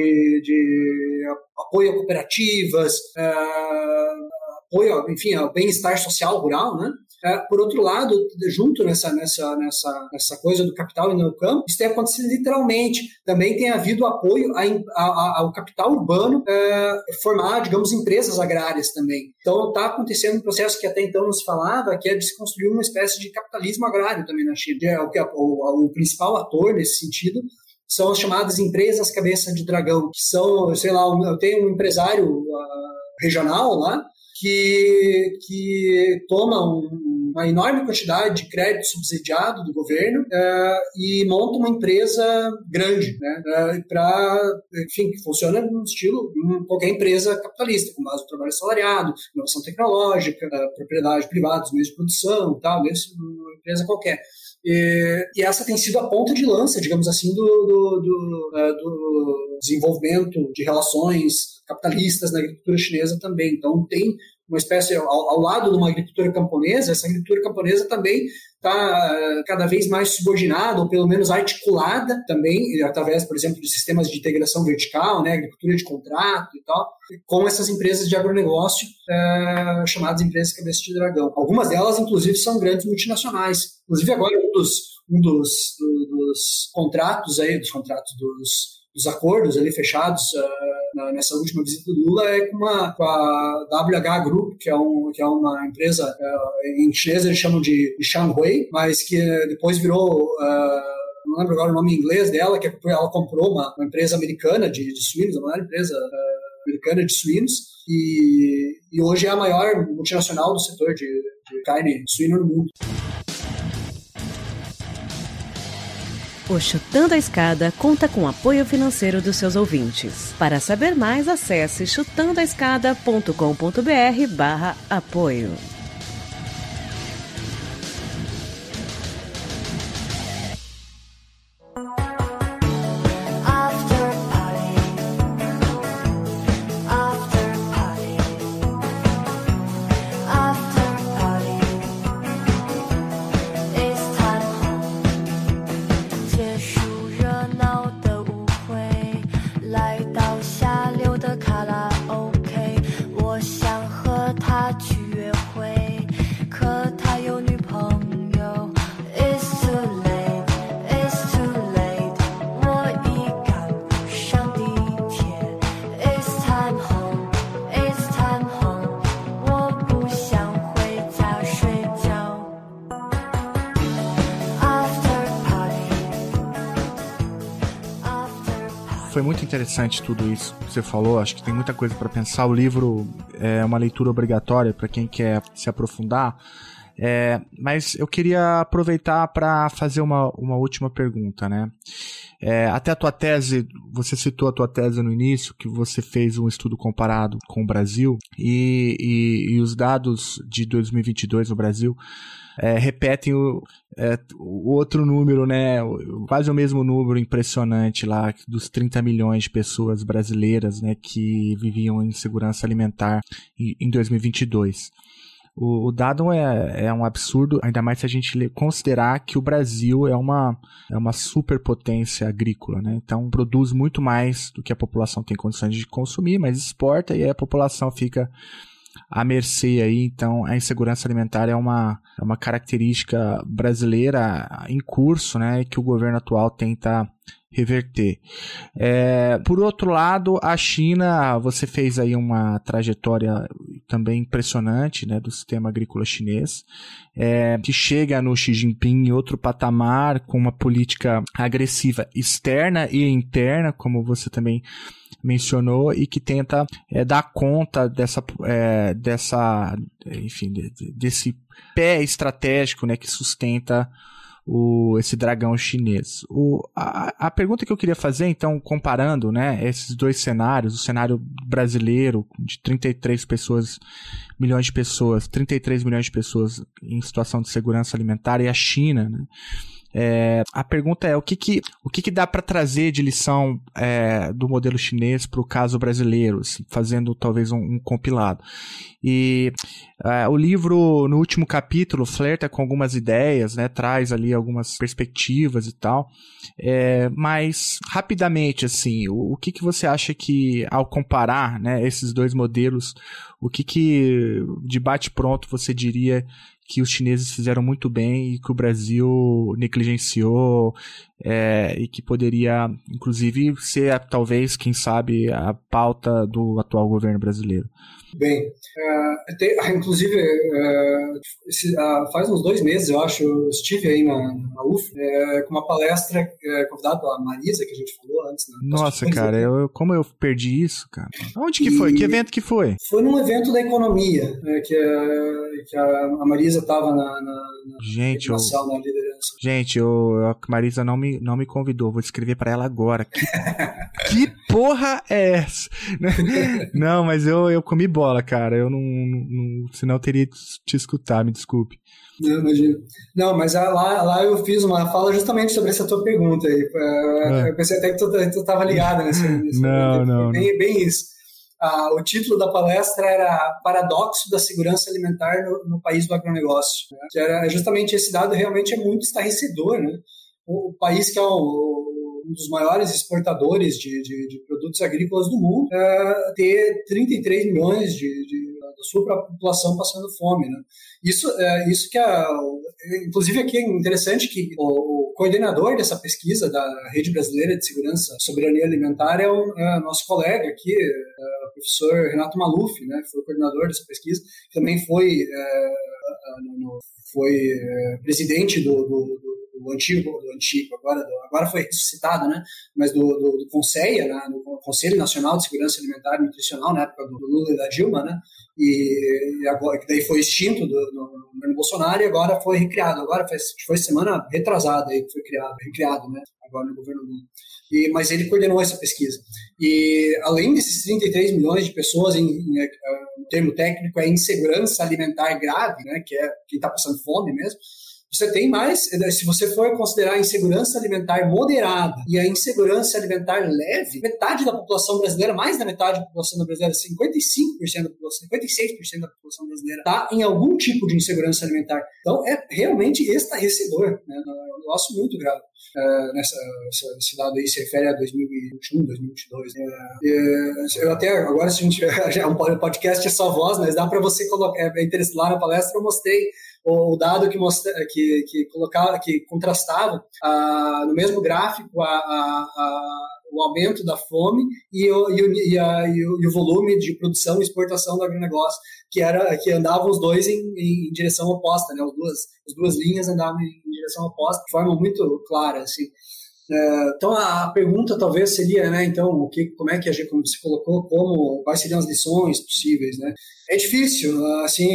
[SPEAKER 5] apoio a cooperativas, apoio, enfim, ao bem-estar social rural, né? Por outro lado, junto nessa coisa do capital e no campo, isso tem acontecido literalmente. Também tem havido apoio ao capital urbano formar, digamos, empresas agrárias também. Então está acontecendo um processo que até então não se falava, que é de se construir uma espécie de capitalismo agrário também na China. O principal ator nesse sentido são as chamadas empresas cabeça de dragão, que são, sei lá, eu tenho um empresário regional lá, que toma uma enorme quantidade de crédito subsidiado do governo e monta uma empresa grande, né, enfim, que funciona no estilo de qualquer empresa capitalista, com base no trabalho assalariado, inovação tecnológica, propriedade privada dos meios de produção, tal, mesmo uma empresa qualquer. E essa tem sido a ponta de lança, digamos assim, do desenvolvimento de relações capitalistas na agricultura chinesa também. Então, tem uma espécie, ao lado de uma agricultura camponesa, essa agricultura camponesa também está cada vez mais subordinada, ou pelo menos articulada também, através, por exemplo, de sistemas de integração vertical, né, agricultura de contrato e tal, com essas empresas de agronegócio chamadas empresas cabeça de dragão. Algumas delas, inclusive, são grandes multinacionais. Inclusive, agora, um dos contratos aí, dos acordos ali fechados nessa última visita do Lula é com a WH Group, que é uma empresa, em chinês eles chamam de Shanhui, mas que depois virou, não lembro agora o nome em inglês dela, que ela comprou uma empresa americana de suínos, a maior empresa americana de suínos, e hoje é a maior multinacional do setor de carne suína no mundo.
[SPEAKER 6] O Chutando a Escada conta com apoio financeiro dos seus ouvintes. Para saber mais, acesse chutandoaescada.com.br/apoio.
[SPEAKER 2] Foi muito interessante tudo isso que você falou, acho que tem muita coisa para pensar. O livro é uma leitura obrigatória para quem quer se aprofundar, mas eu queria aproveitar para fazer uma última pergunta, né? Até a tua tese, você citou a tua tese no início, que você fez um estudo comparado com o Brasil, e os dados de 2022 no Brasil repetem o outro número, né? Quase o mesmo número impressionante lá dos 30 milhões de pessoas brasileiras, né, que viviam em insegurança alimentar em 2022. O dado é um absurdo, ainda mais se a gente considerar que o Brasil é uma superpotência agrícola, né? Então produz muito mais do que a população tem condições de consumir, mas exporta e aí a população fica à mercê aí. Então a insegurança alimentar é uma característica brasileira em curso, né, que o governo atual tenta reverter. Por outro lado, a China, você fez aí uma trajetória também impressionante, né, do sistema agrícola chinês, que chega no Xi Jinping em outro patamar, com uma política agressiva externa e interna, como você também mencionou, e que tenta dar conta desse pé estratégico, né, que sustenta esse dragão chinês. A pergunta que eu queria fazer, então, comparando, né, esses dois cenários, o cenário brasileiro de 33 milhões de pessoas em situação de segurança alimentar, e a China, né? A pergunta é o que dá para trazer de lição do modelo chinês para o caso brasileiro, assim, fazendo talvez um compilado. E o livro, no último capítulo, flerta com algumas ideias, né, traz ali algumas perspectivas e tal, mas rapidamente, assim, o que você acha que, ao comparar, né, esses dois modelos, o que de bate-pronto você diria que os chineses fizeram muito bem e que o Brasil negligenciou, e que poderia, inclusive, ser, talvez, quem sabe, a pauta do atual governo brasileiro.
[SPEAKER 5] Bem, inclusive, faz uns 2 meses, eu acho, eu estive aí na UF com uma palestra convidada pela Marisa, que a gente falou antes. Né?
[SPEAKER 2] Nossa, cara, como eu perdi isso, cara? Onde que foi? Que evento que foi?
[SPEAKER 5] Foi num evento da economia, que a Marisa estava na liderança.
[SPEAKER 2] Gente, a Marisa não me convidou, vou escrever pra ela agora. Que porra é essa? Não, mas eu comi bola, cara. Eu não senão eu teria que te escutar, me desculpe.
[SPEAKER 5] Não, imagino. Não, mas lá eu fiz uma fala justamente sobre essa tua pergunta aí. Eu pensei até que tu estava ligado nesse
[SPEAKER 2] Não.
[SPEAKER 5] Bem isso. O título da palestra era Paradoxo da Segurança Alimentar no País do Agronegócio, né? Que era justamente esse dado realmente é muito estarrecedor, né? O país que é um dos maiores exportadores de produtos agrícolas do mundo, ter 33 milhões da sua população passando fome, né? Isso que inclusive aqui é interessante que o coordenador dessa pesquisa da Rede Brasileira de Segurança e Soberania Alimentar é o nosso colega aqui, o professor Renato Maluf, né? Foi o coordenador dessa pesquisa, também foi presidente do antigo, agora foi ressuscitado, né? Mas do CONSEA, né? Do Conselho Nacional de Segurança Alimentar e Nutricional, na época do Lula e da Dilma, né? E agora, que daí foi extinto no governo Bolsonaro e agora foi recriado. Agora foi semana retrasada aí que foi recriado, né? Agora no governo Lula. Mas ele coordenou essa pesquisa. E além desses 33 milhões de pessoas, em termo técnico, é insegurança alimentar grave, né? Que é quem está passando fome mesmo. Você tem mais, se você for considerar a insegurança alimentar moderada e a insegurança alimentar leve, metade da população brasileira, mais da metade da população brasileira, 55% da população, 56% da população brasileira está em algum tipo de insegurança alimentar. Então, é realmente estarrecedor, né? É um negócio muito grave. Esse dado aí se refere a 2021, 2022. Eu até, agora, se a gente um podcast é só voz, mas dá para você colocar, interessante, lá na palestra eu mostrei o dado que contrastava no mesmo gráfico o aumento da fome e o volume de produção e exportação do agronegócio, que andavam os dois em direção oposta, né? As duas linhas andavam em direção oposta de forma muito clara, assim. Então a pergunta talvez seria, né, então, como é que a gente, como se colocou, quais seriam as lições possíveis, né? É difícil, assim,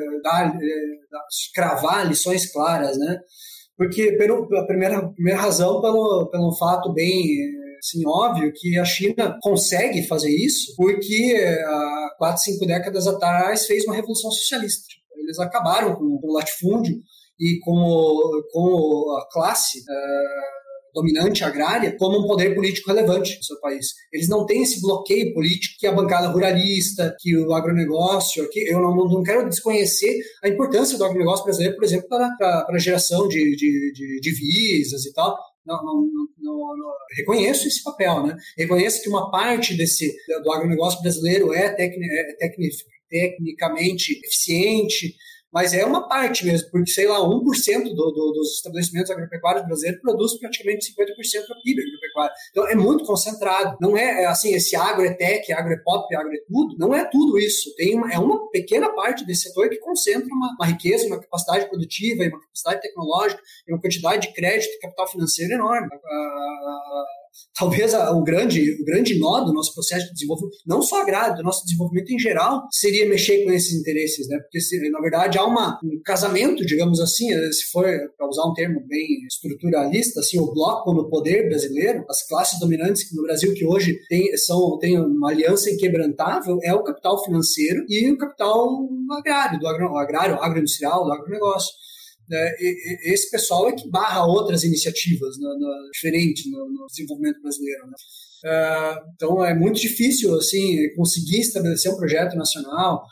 [SPEAKER 5] cravar lições claras, né? Porque a primeira razão pelo fato bem assim, óbvio que a China consegue fazer isso porque há 4, 5 décadas atrás fez uma revolução socialista. Eles acabaram com o latifúndio e com a classe dominante agrária como um poder político relevante no seu país. Eles não têm esse bloqueio político que a bancada ruralista, que o agronegócio, que eu não quero desconhecer a importância do agronegócio brasileiro, por exemplo, para a geração de divisas e tal. Não, reconheço esse papel, né? Reconheço que uma parte do agronegócio brasileiro é tecnicamente eficiente, mas é uma parte mesmo, porque, sei lá, 1% dos estabelecimentos agropecuários brasileiros produz praticamente 50% do PIB agropecuário. Então, é muito concentrado. Não é assim, esse agro é tech, agro é pop, agro é tudo. Não é tudo isso. É uma pequena parte desse setor que concentra uma riqueza, uma capacidade produtiva, uma capacidade tecnológica, e uma quantidade de crédito e capital financeiro enorme. Talvez o grande nó do nosso processo de desenvolvimento, não só agrário, do nosso desenvolvimento em geral, seria mexer com esses interesses, né? Porque, na verdade, há um casamento, digamos assim, se for para usar um termo bem estruturalista, assim, o bloco no poder brasileiro, as classes dominantes no Brasil que hoje tem uma aliança inquebrantável, é o capital financeiro e o capital agrário, agroindustrial, do agronegócio. Esse pessoal é que barra outras iniciativas diferentes no desenvolvimento brasileiro, né? Então é muito difícil assim, conseguir estabelecer um projeto nacional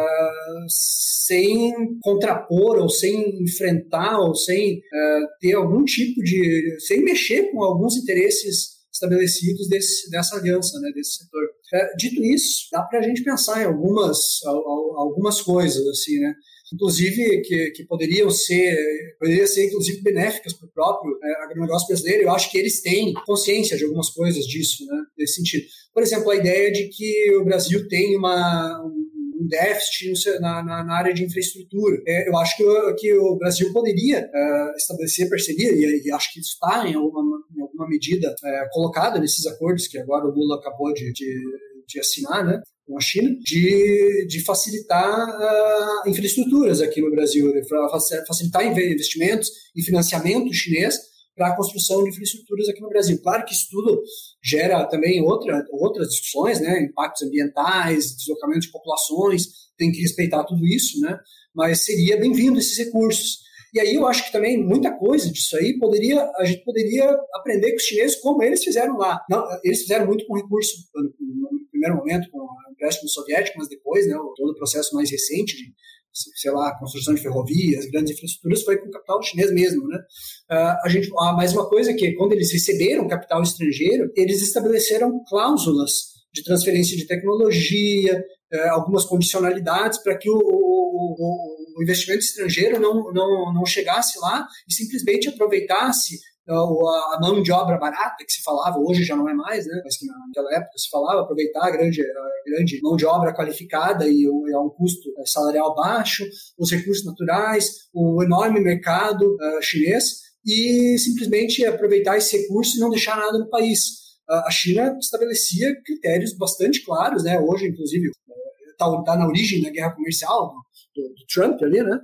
[SPEAKER 5] sem contrapor ou sem enfrentar ou sem ter algum tipo sem mexer com alguns interesses estabelecidos dessa aliança, né, desse setor. Dito isso, dá para a gente pensar em algumas coisas, assim, né? Inclusive que poderiam ser inclusive benéficas para o próprio agronegócio brasileiro. Eu acho que eles têm consciência de algumas coisas disso, né, nesse sentido. Por exemplo, a ideia de que o Brasil tem um déficit na área de infraestrutura. Eu acho que o Brasil poderia estabelecer parceria, e acho que isso está em alguma medida colocado nesses acordos que agora o Lula acabou de assinar, né, com a China, de facilitar infraestruturas aqui no Brasil, facilitar investimentos e financiamento chinês para a construção de infraestruturas aqui no Brasil. Claro que isso tudo gera também outras discussões, né, impactos ambientais, deslocamento de populações, tem que respeitar tudo isso, né, mas seria bem-vindo esses recursos. E aí eu acho que também muita coisa disso aí a gente poderia aprender com os chineses como eles fizeram lá. Não, eles fizeram muito com recurso no primeiro momento, com o empréstimo soviético, mas depois, né, todo o processo mais recente de, sei lá, construção de ferrovias, grandes infraestruturas, foi com capital chinês mesmo, né? Mais uma coisa que, quando eles receberam capital estrangeiro, eles estabeleceram cláusulas de transferência de tecnologia, algumas condicionalidades para que o investimento estrangeiro não chegasse lá e simplesmente aproveitasse a mão de obra barata que se falava, hoje já não é mais, né? Mas que naquela época se falava, aproveitar a grande mão de obra qualificada e a um custo salarial baixo, os recursos naturais, o enorme mercado chinês, e simplesmente aproveitar esse recurso e não deixar nada no país. A China estabelecia critérios bastante claros, né? Hoje, inclusive, está na origem da guerra comercial do Trump ali, né?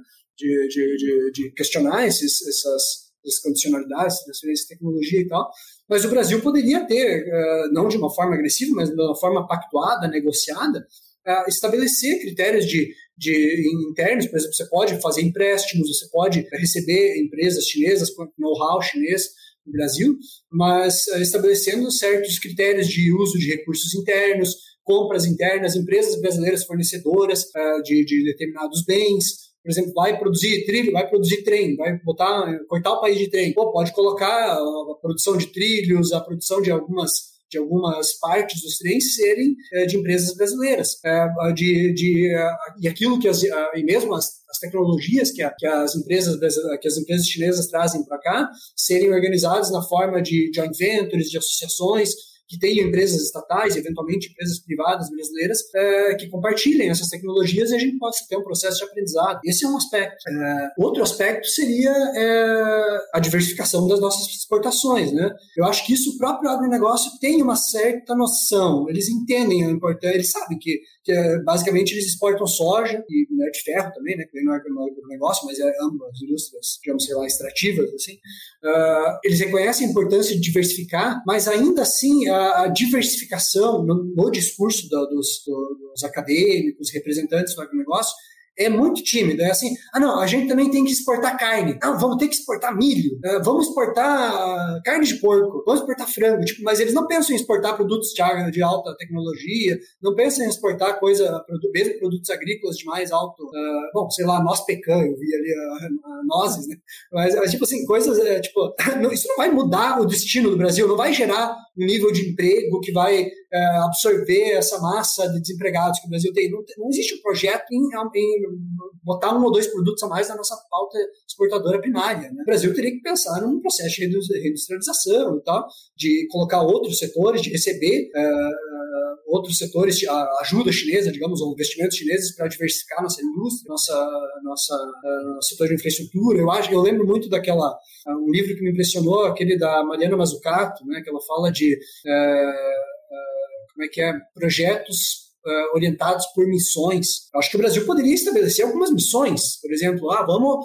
[SPEAKER 5] De questionar essas condicionalidades, transferência de tecnologia e tal. Mas o Brasil poderia ter, não de uma forma agressiva, mas de uma forma pactuada, negociada, estabelecer critérios internos. Por exemplo, você pode fazer empréstimos, você pode receber empresas chinesas com know-how chinês no Brasil, mas estabelecendo certos critérios de uso de recursos internos, compras internas, empresas brasileiras fornecedoras de determinados bens. Por exemplo, vai produzir trilho, vai produzir trem, vai cortar o país de trem. Pode colocar a produção de trilhos, a produção de algumas partes dos trens serem de empresas brasileiras. E aquilo e mesmo as tecnologias que as empresas chinesas trazem para cá serem organizadas na forma de joint ventures, de associações, que tenham empresas estatais, eventualmente empresas privadas brasileiras, que compartilhem essas tecnologias e a gente possa ter um processo de aprendizado. Esse é um aspecto. Outro aspecto seria a diversificação das nossas exportações, né? Eu acho que isso o próprio agronegócio tem uma certa noção. Eles entendem a importância, eles sabem que basicamente eles exportam soja e minério de ferro também, né? Que não é agronegócio, mas é ambas indústrias, digamos, sei lá, extrativas, assim. Eles reconhecem a importância de diversificar, mas ainda assim a diversificação no discurso dos acadêmicos, representantes do agronegócio, é muito tímido. É assim, não, a gente também tem que exportar carne. Não, vamos ter que exportar milho. Vamos exportar carne de porco. Vamos exportar frango. Mas eles não pensam em exportar produtos de alta tecnologia, não pensam em exportar mesmo produtos agrícolas de mais alto... sei lá, noz pecan, eu vi ali nozes, né? Mas, tipo assim, coisas... isso não vai mudar o destino do Brasil, não vai gerar um nível de emprego que vai absorver essa massa de desempregados que o Brasil tem. Não existe um projeto em botar 1 ou 2 produtos a mais na nossa pauta exportadora primária, né? O Brasil teria que pensar num processo de reindustrialização e tal, de colocar outros setores, de receber outros setores de ajuda chinesa, digamos, ou investimentos chineses para diversificar nossa indústria, nosso setor de infraestrutura. Eu lembro muito um livro que me impressionou, aquele da Mariana Mazzucato, né, que ela fala de projetos orientados por missões. Eu acho que o Brasil poderia estabelecer algumas missões. Por exemplo, vamos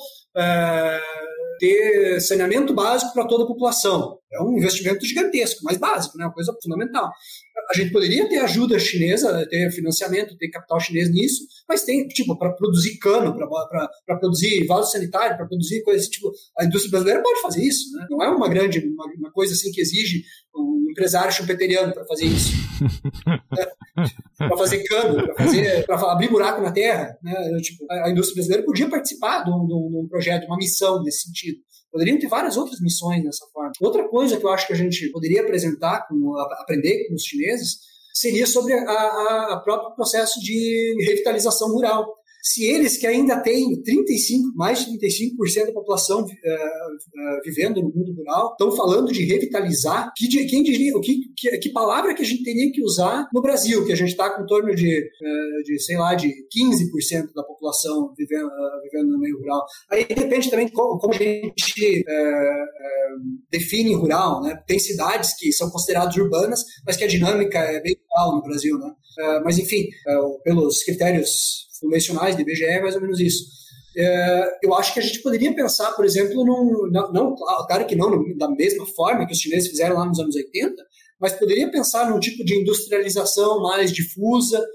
[SPEAKER 5] ter saneamento básico para toda a população. É um investimento gigantesco, mas básico, né? Uma coisa fundamental. A gente poderia ter ajuda chinesa, ter financiamento, ter capital chinês nisso, mas tem, para produzir cano, para produzir vaso sanitário, para produzir coisas assim, a indústria brasileira pode fazer isso, né? Não é uma coisa assim que exige um empresário chumpeteriano para fazer isso. Para fazer cano, para abrir buraco na terra, né? A indústria brasileira podia participar de um projeto, de uma missão nesse sentido. Poderiam ter várias outras missões dessa forma. Outra coisa que eu acho que a gente poderia aprender com os chineses seria sobre o próprio processo de revitalização rural. Se eles, que ainda têm mais de 35% da população vivendo no mundo rural, estão falando de revitalizar, quem diria, que palavra que a gente teria que usar no Brasil, que a gente está com em torno de 15% da população vivendo no meio rural. Aí depende também de como a gente define rural, né? Tem cidades que são consideradas urbanas, mas que a dinâmica é bem rural no Brasil, né? Mas enfim, pelos critérios convencionais de IBGE, é mais ou menos isso. Eu acho que a gente poderia pensar, por exemplo, claro que não da mesma forma que os chineses fizeram lá nos anos 80, mas poderia pensar num tipo de industrialização mais difusa,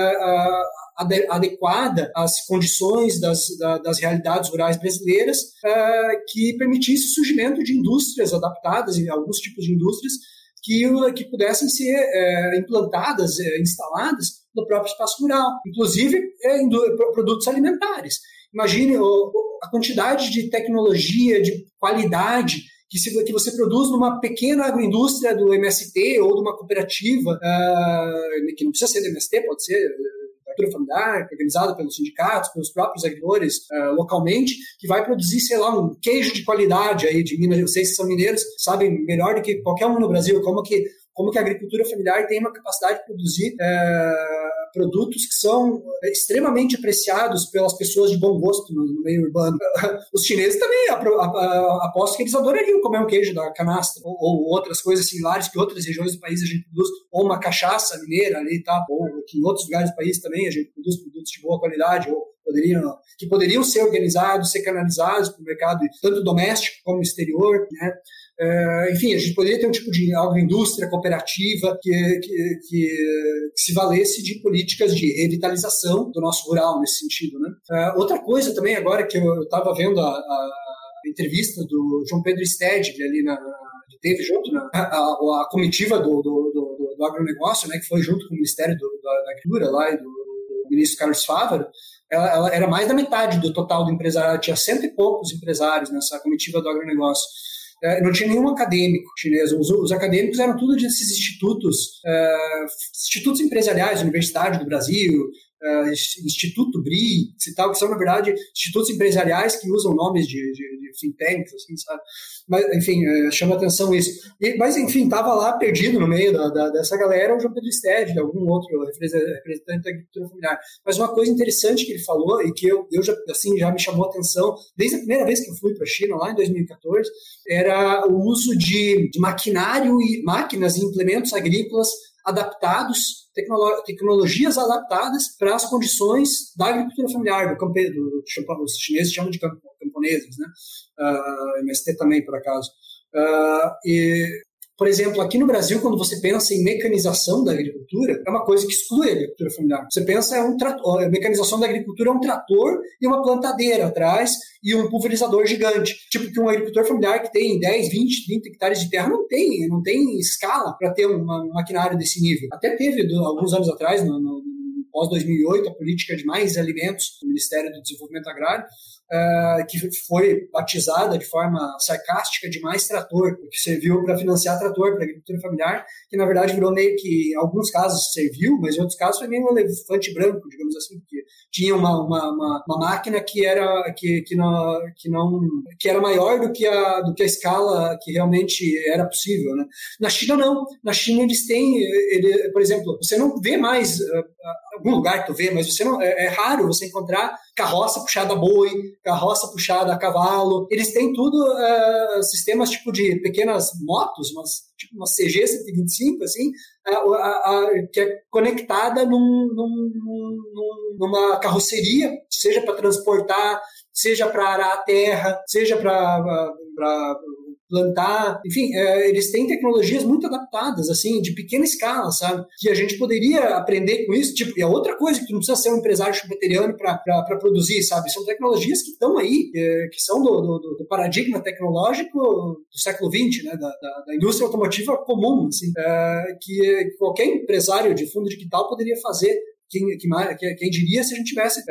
[SPEAKER 5] adequada às condições das realidades rurais brasileiras, que permitisse o surgimento de indústrias adaptadas, e alguns tipos de indústrias que pudessem ser implantadas, instaladas no próprio espaço rural, inclusive produtos alimentares. Imagine a quantidade de tecnologia, de qualidade que você produz numa pequena agroindústria do MST ou de uma cooperativa, que não precisa ser do MST, pode ser agricultura familiar, organizada pelos sindicatos, pelos próprios agricultores localmente, que vai produzir, sei lá, um queijo de qualidade aí de Minas. Vocês que são mineiros sabem melhor do que qualquer um no Brasil como que a agricultura familiar tem uma capacidade de produzir produtos que são extremamente apreciados pelas pessoas de bom gosto no meio urbano. Os chineses também, aposto que eles adorariam comer um queijo da canastra, ou outras coisas similares que outras regiões do país a gente produz, ou uma cachaça mineira ali, tá? Ou que em outros lugares do país também a gente produz produtos de boa qualidade, ou que poderiam ser organizados, ser canalizados para o mercado tanto doméstico como exterior, né? Enfim, a gente poderia ter um tipo de agroindústria cooperativa que se valesse de políticas de revitalização do nosso rural nesse sentido, né? Outra coisa também agora que eu estava vendo a entrevista do João Pedro Stedg ali que teve junto a comitiva do agronegócio, né, que foi junto com o Ministério da Agricultura lá e do ministro Carlos Fávaro. Ela era mais da metade do total do empresariado, tinha 100 e poucos empresários nessa comitiva do agronegócio. Não tinha nenhum acadêmico chinês. Os acadêmicos eram tudo desses institutos empresariais, Universidade do Brasil, Instituto BRI, e tal, que são, na verdade, institutos empresariais que usam nomes de think tanks, assim, sabe? Mas, enfim, chama atenção isso. Mas, enfim, estava lá perdido no meio dessa galera o João Pedro Stedg, algum outro representante da agricultura familiar. Mas uma coisa interessante que ele falou e que eu já me chamou a atenção desde a primeira vez que eu fui para a China, lá em 2014, era o uso de maquinário e máquinas e implementos agrícolas adaptados, tecnologias adaptadas para as condições da agricultura familiar, os chineses chamam de camponeses, né? MST também, por acaso. Por exemplo, aqui no Brasil, quando você pensa em mecanização da agricultura, é uma coisa que exclui a agricultura familiar. Você pensa a mecanização da agricultura é um trator e uma plantadeira atrás e um pulverizador gigante. Tipo que um agricultor familiar que tem 10, 20, 30 hectares de terra não tem escala para ter um maquinário desse nível. Até teve, alguns anos atrás, no pós-2008, a política de mais alimentos do Ministério do Desenvolvimento Agrário, que foi batizada de forma sarcástica de mais trator, que serviu para financiar trator para a agricultura familiar, que na verdade virou meio que, em alguns casos serviu, mas em outros casos foi meio um elefante branco, digamos assim, porque tinha uma máquina que era maior do que a escala que realmente era possível, né? Na China não. Na China eles têm, por exemplo, você não vê mais, algum lugar que tu vê, mas é raro você encontrar carroça puxada a boi, carroça puxada a cavalo. Eles têm tudo sistemas tipo de pequenas motos, tipo uma CG 125, assim, que é conectada numa carroceria, seja para transportar, seja para arar a terra, seja para plantar, enfim, eles têm tecnologias muito adaptadas, assim, de pequena escala, sabe? Que a gente poderia aprender com isso, tipo, e a outra coisa que tu não precisa ser um empresário chupeteriano para produzir, sabe? São tecnologias que estão aí, que são do paradigma tecnológico do século XX, né? Da indústria automotiva comum, assim, que qualquer empresário de fundo digital poderia fazer. Quem diria se a gente tivesse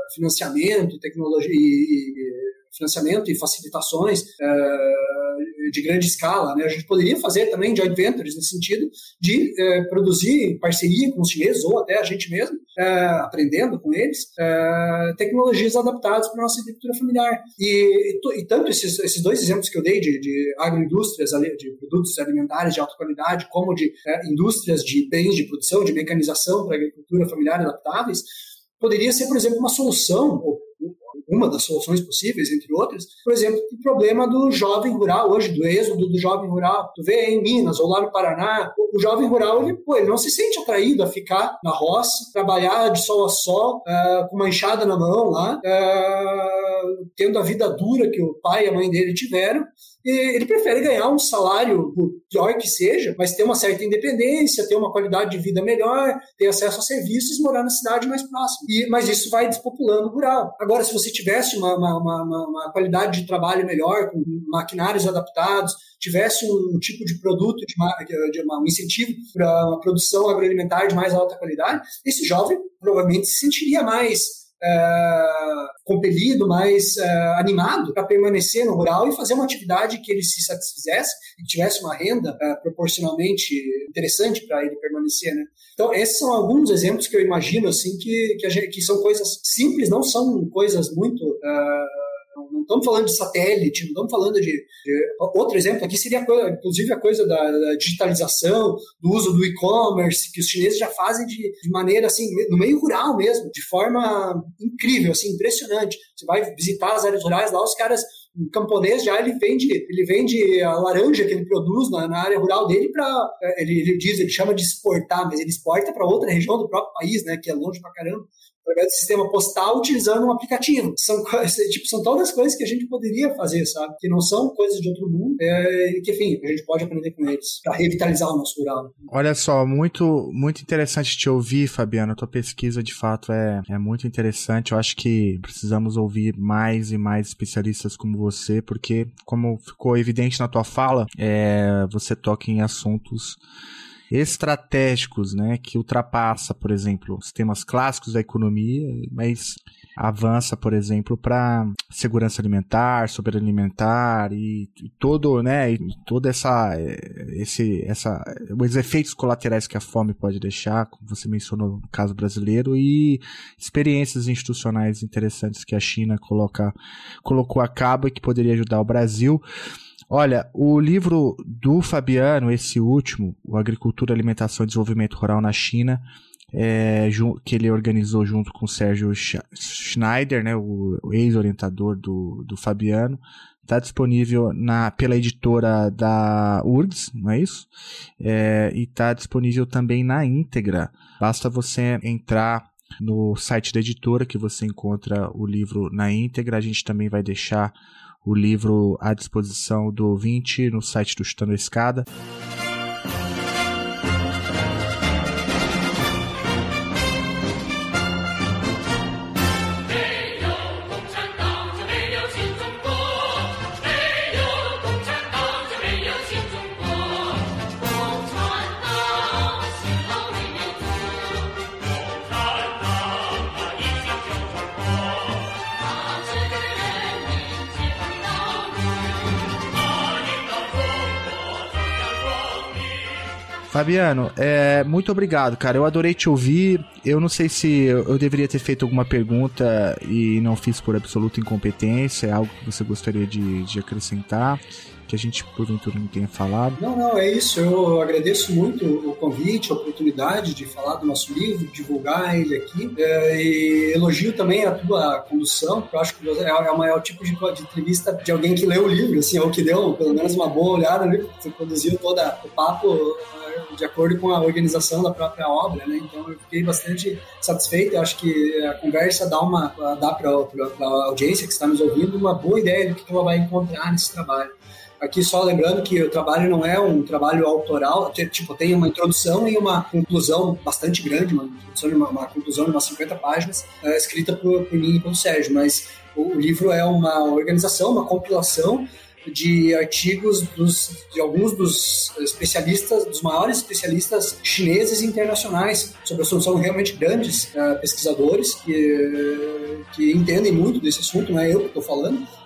[SPEAKER 5] financiamento, tecnologia financiamento e facilitações de grande escala, né? A gente poderia fazer também joint ventures nesse sentido de produzir em parceria com os chineses ou até a gente mesmo, aprendendo com eles, tecnologias adaptadas para a nossa agricultura familiar. E tanto esses dois exemplos que eu dei de agroindústrias, de produtos alimentares de alta qualidade, como de indústrias de bens de produção, de mecanização para a agricultura familiar adaptáveis, poderia ser, por exemplo, uma solução, ou uma das soluções possíveis, entre outras, por exemplo, o problema do jovem rural hoje, do êxodo do jovem rural. Tu vê em Minas ou lá no Paraná, o jovem rural, ele não se sente atraído a ficar na roça, trabalhar de sol a sol, com uma enxada na mão lá, tendo a vida dura que o pai e a mãe dele tiveram. E ele prefere ganhar um salário, por pior que seja, mas ter uma certa independência, ter uma qualidade de vida melhor, ter acesso a serviços e morar na cidade mais próxima. Mas isso vai despopulando o rural. Agora, se você tivesse uma qualidade de trabalho melhor, com maquinários adaptados, tivesse um tipo de produto, um incentivo para uma produção agroalimentar de mais alta qualidade, esse jovem provavelmente se sentiria mais compelido, mais animado para permanecer no rural e fazer uma atividade que ele se satisfizesse e tivesse uma renda proporcionalmente interessante para ele permanecer, né? Então, esses são alguns exemplos que eu imagino assim, que são coisas simples, não são coisas muito... Não estamos falando de satélite, não estamos falando de... Outro exemplo aqui seria, inclusive, a coisa da digitalização, do uso do e-commerce, que os chineses já fazem de maneira, assim, no meio rural mesmo, de forma incrível, assim, impressionante. Você vai visitar as áreas rurais lá, os caras... Um camponês já, ele vende a laranja que ele produz na área rural dele para... Ele chama de exportar, mas ele exporta para outra região do próprio país, né, que é longe pra caramba, através do sistema postal, utilizando um aplicativo. São todas as coisas que a gente poderia fazer, sabe? Que não são coisas de outro mundo, e que, enfim, a gente pode aprender com eles para revitalizar o nosso rural.
[SPEAKER 2] Olha só, muito, muito interessante te ouvir, Fabiano. A tua pesquisa, de fato, é muito interessante. Eu acho que precisamos ouvir mais e mais especialistas como você, porque, como ficou evidente na tua fala, você toca em assuntos estratégicos, né, que ultrapassa, por exemplo, os temas clássicos da economia, mas avança, por exemplo, para segurança alimentar, soberania alimentar e todo, né, e toda os efeitos colaterais que a fome pode deixar, como você mencionou no caso brasileiro, e experiências institucionais interessantes que a China colocou a cabo e que poderia ajudar o Brasil. Olha, o livro do Fabiano, esse último, o Agricultura, Alimentação e Desenvolvimento Rural na China, que ele organizou junto com o Sérgio Schneider, né, o ex-orientador do Fabiano, está disponível pela editora da URGS, não é isso? E está disponível também na íntegra. Basta você entrar no site da editora que você encontra o livro na íntegra. A gente também vai deixar o livro à disposição do ouvinte no site do Chutando a Escada. Fabiano, muito obrigado, cara. Eu adorei te ouvir. Eu não sei se eu deveria ter feito alguma pergunta e não fiz por absoluta incompetência. É algo que você gostaria de acrescentar, que a gente, porventura, não tenha falado?
[SPEAKER 5] Não, é isso. Eu agradeço muito o convite, a oportunidade de falar do nosso livro, divulgar ele aqui. E elogio também a tua condução, porque eu acho que é o tipo de entrevista de alguém que leu o livro, assim, ou que deu pelo menos uma boa olhada no livro. Você conduziu todo o papo de acordo com a organização da própria obra, né? Então eu fiquei bastante satisfeito. Eu acho que a conversa dá para a audiência que está nos ouvindo uma boa ideia do que ela vai encontrar nesse trabalho. Aqui só lembrando que o trabalho não é um trabalho autoral, tipo, tem uma introdução e uma conclusão bastante grande, uma conclusão de umas 50 páginas, escrita por mim e pelo Sérgio, mas o livro é uma organização, uma compilação de artigos de alguns dos especialistas, dos maiores especialistas chineses e internacionais sobre o assunto. São realmente grandes pesquisadores que entendem muito desse assunto, não é eu que estou falando,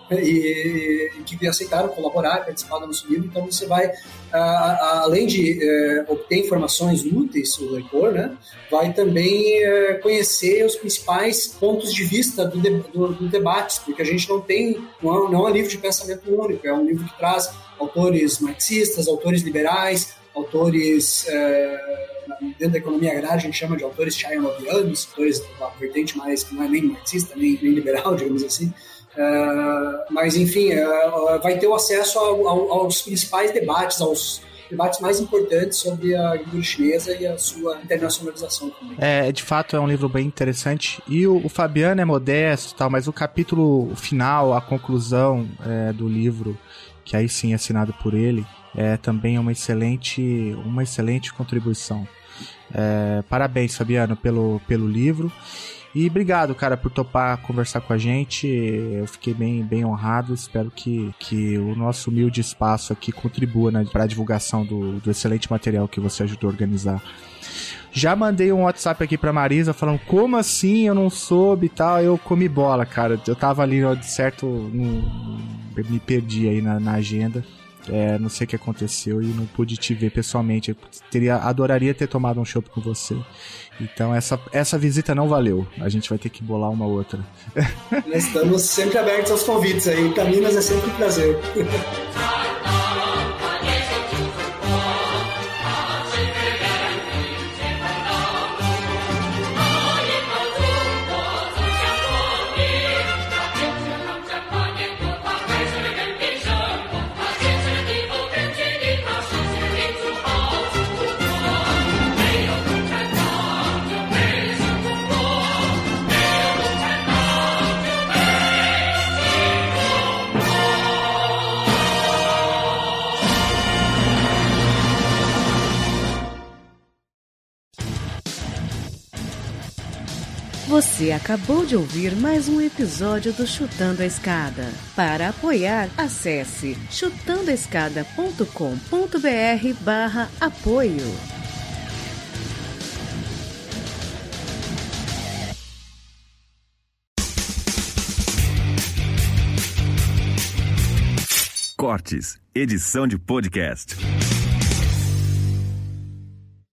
[SPEAKER 5] e que aceitaram colaborar, participar do nosso livro. Então você vai, além de obter informações úteis, o leitor, né, vai também conhecer os principais pontos de vista do debate, porque a gente não é um livro de pensamento único, é um livro que traz autores marxistas, autores liberais, autores dentro da economia agrária, a gente chama de autores chayanovianos, autores da vertente mais que não é nem marxista, nem liberal, digamos assim. Mas, enfim, vai ter o acesso aos principais debates, aos debates mais importantes sobre a agricultura chinesa e a sua internacionalização também.
[SPEAKER 2] De fato, é um livro bem interessante. E o Fabiano é modesto, tal, mas o capítulo final, a conclusão do livro, que aí sim é assinado por ele, é também uma excelente contribuição. Parabéns, Fabiano, pelo livro. E obrigado, cara, por topar conversar com a gente. Eu fiquei bem honrado. Espero que o nosso humilde espaço aqui contribua, né, para a divulgação do excelente material que você ajudou a organizar. Já mandei um WhatsApp aqui pra Marisa falando, como assim eu não soube e tal. Eu comi bola, cara. Eu tava ali, de certo, me perdi aí na agenda. Não sei o que aconteceu e não pude te ver pessoalmente. Eu adoraria ter tomado um chopp com você. Então essa visita não valeu. A gente vai ter que bolar uma outra.
[SPEAKER 5] Nós estamos sempre abertos aos convites aí. Para Minas é sempre um prazer.
[SPEAKER 6] Você acabou de ouvir mais um episódio do Chutando a Escada. Para apoiar, acesse chutandoaescada.com.br/apoio.
[SPEAKER 7] Cortes, edição de podcast.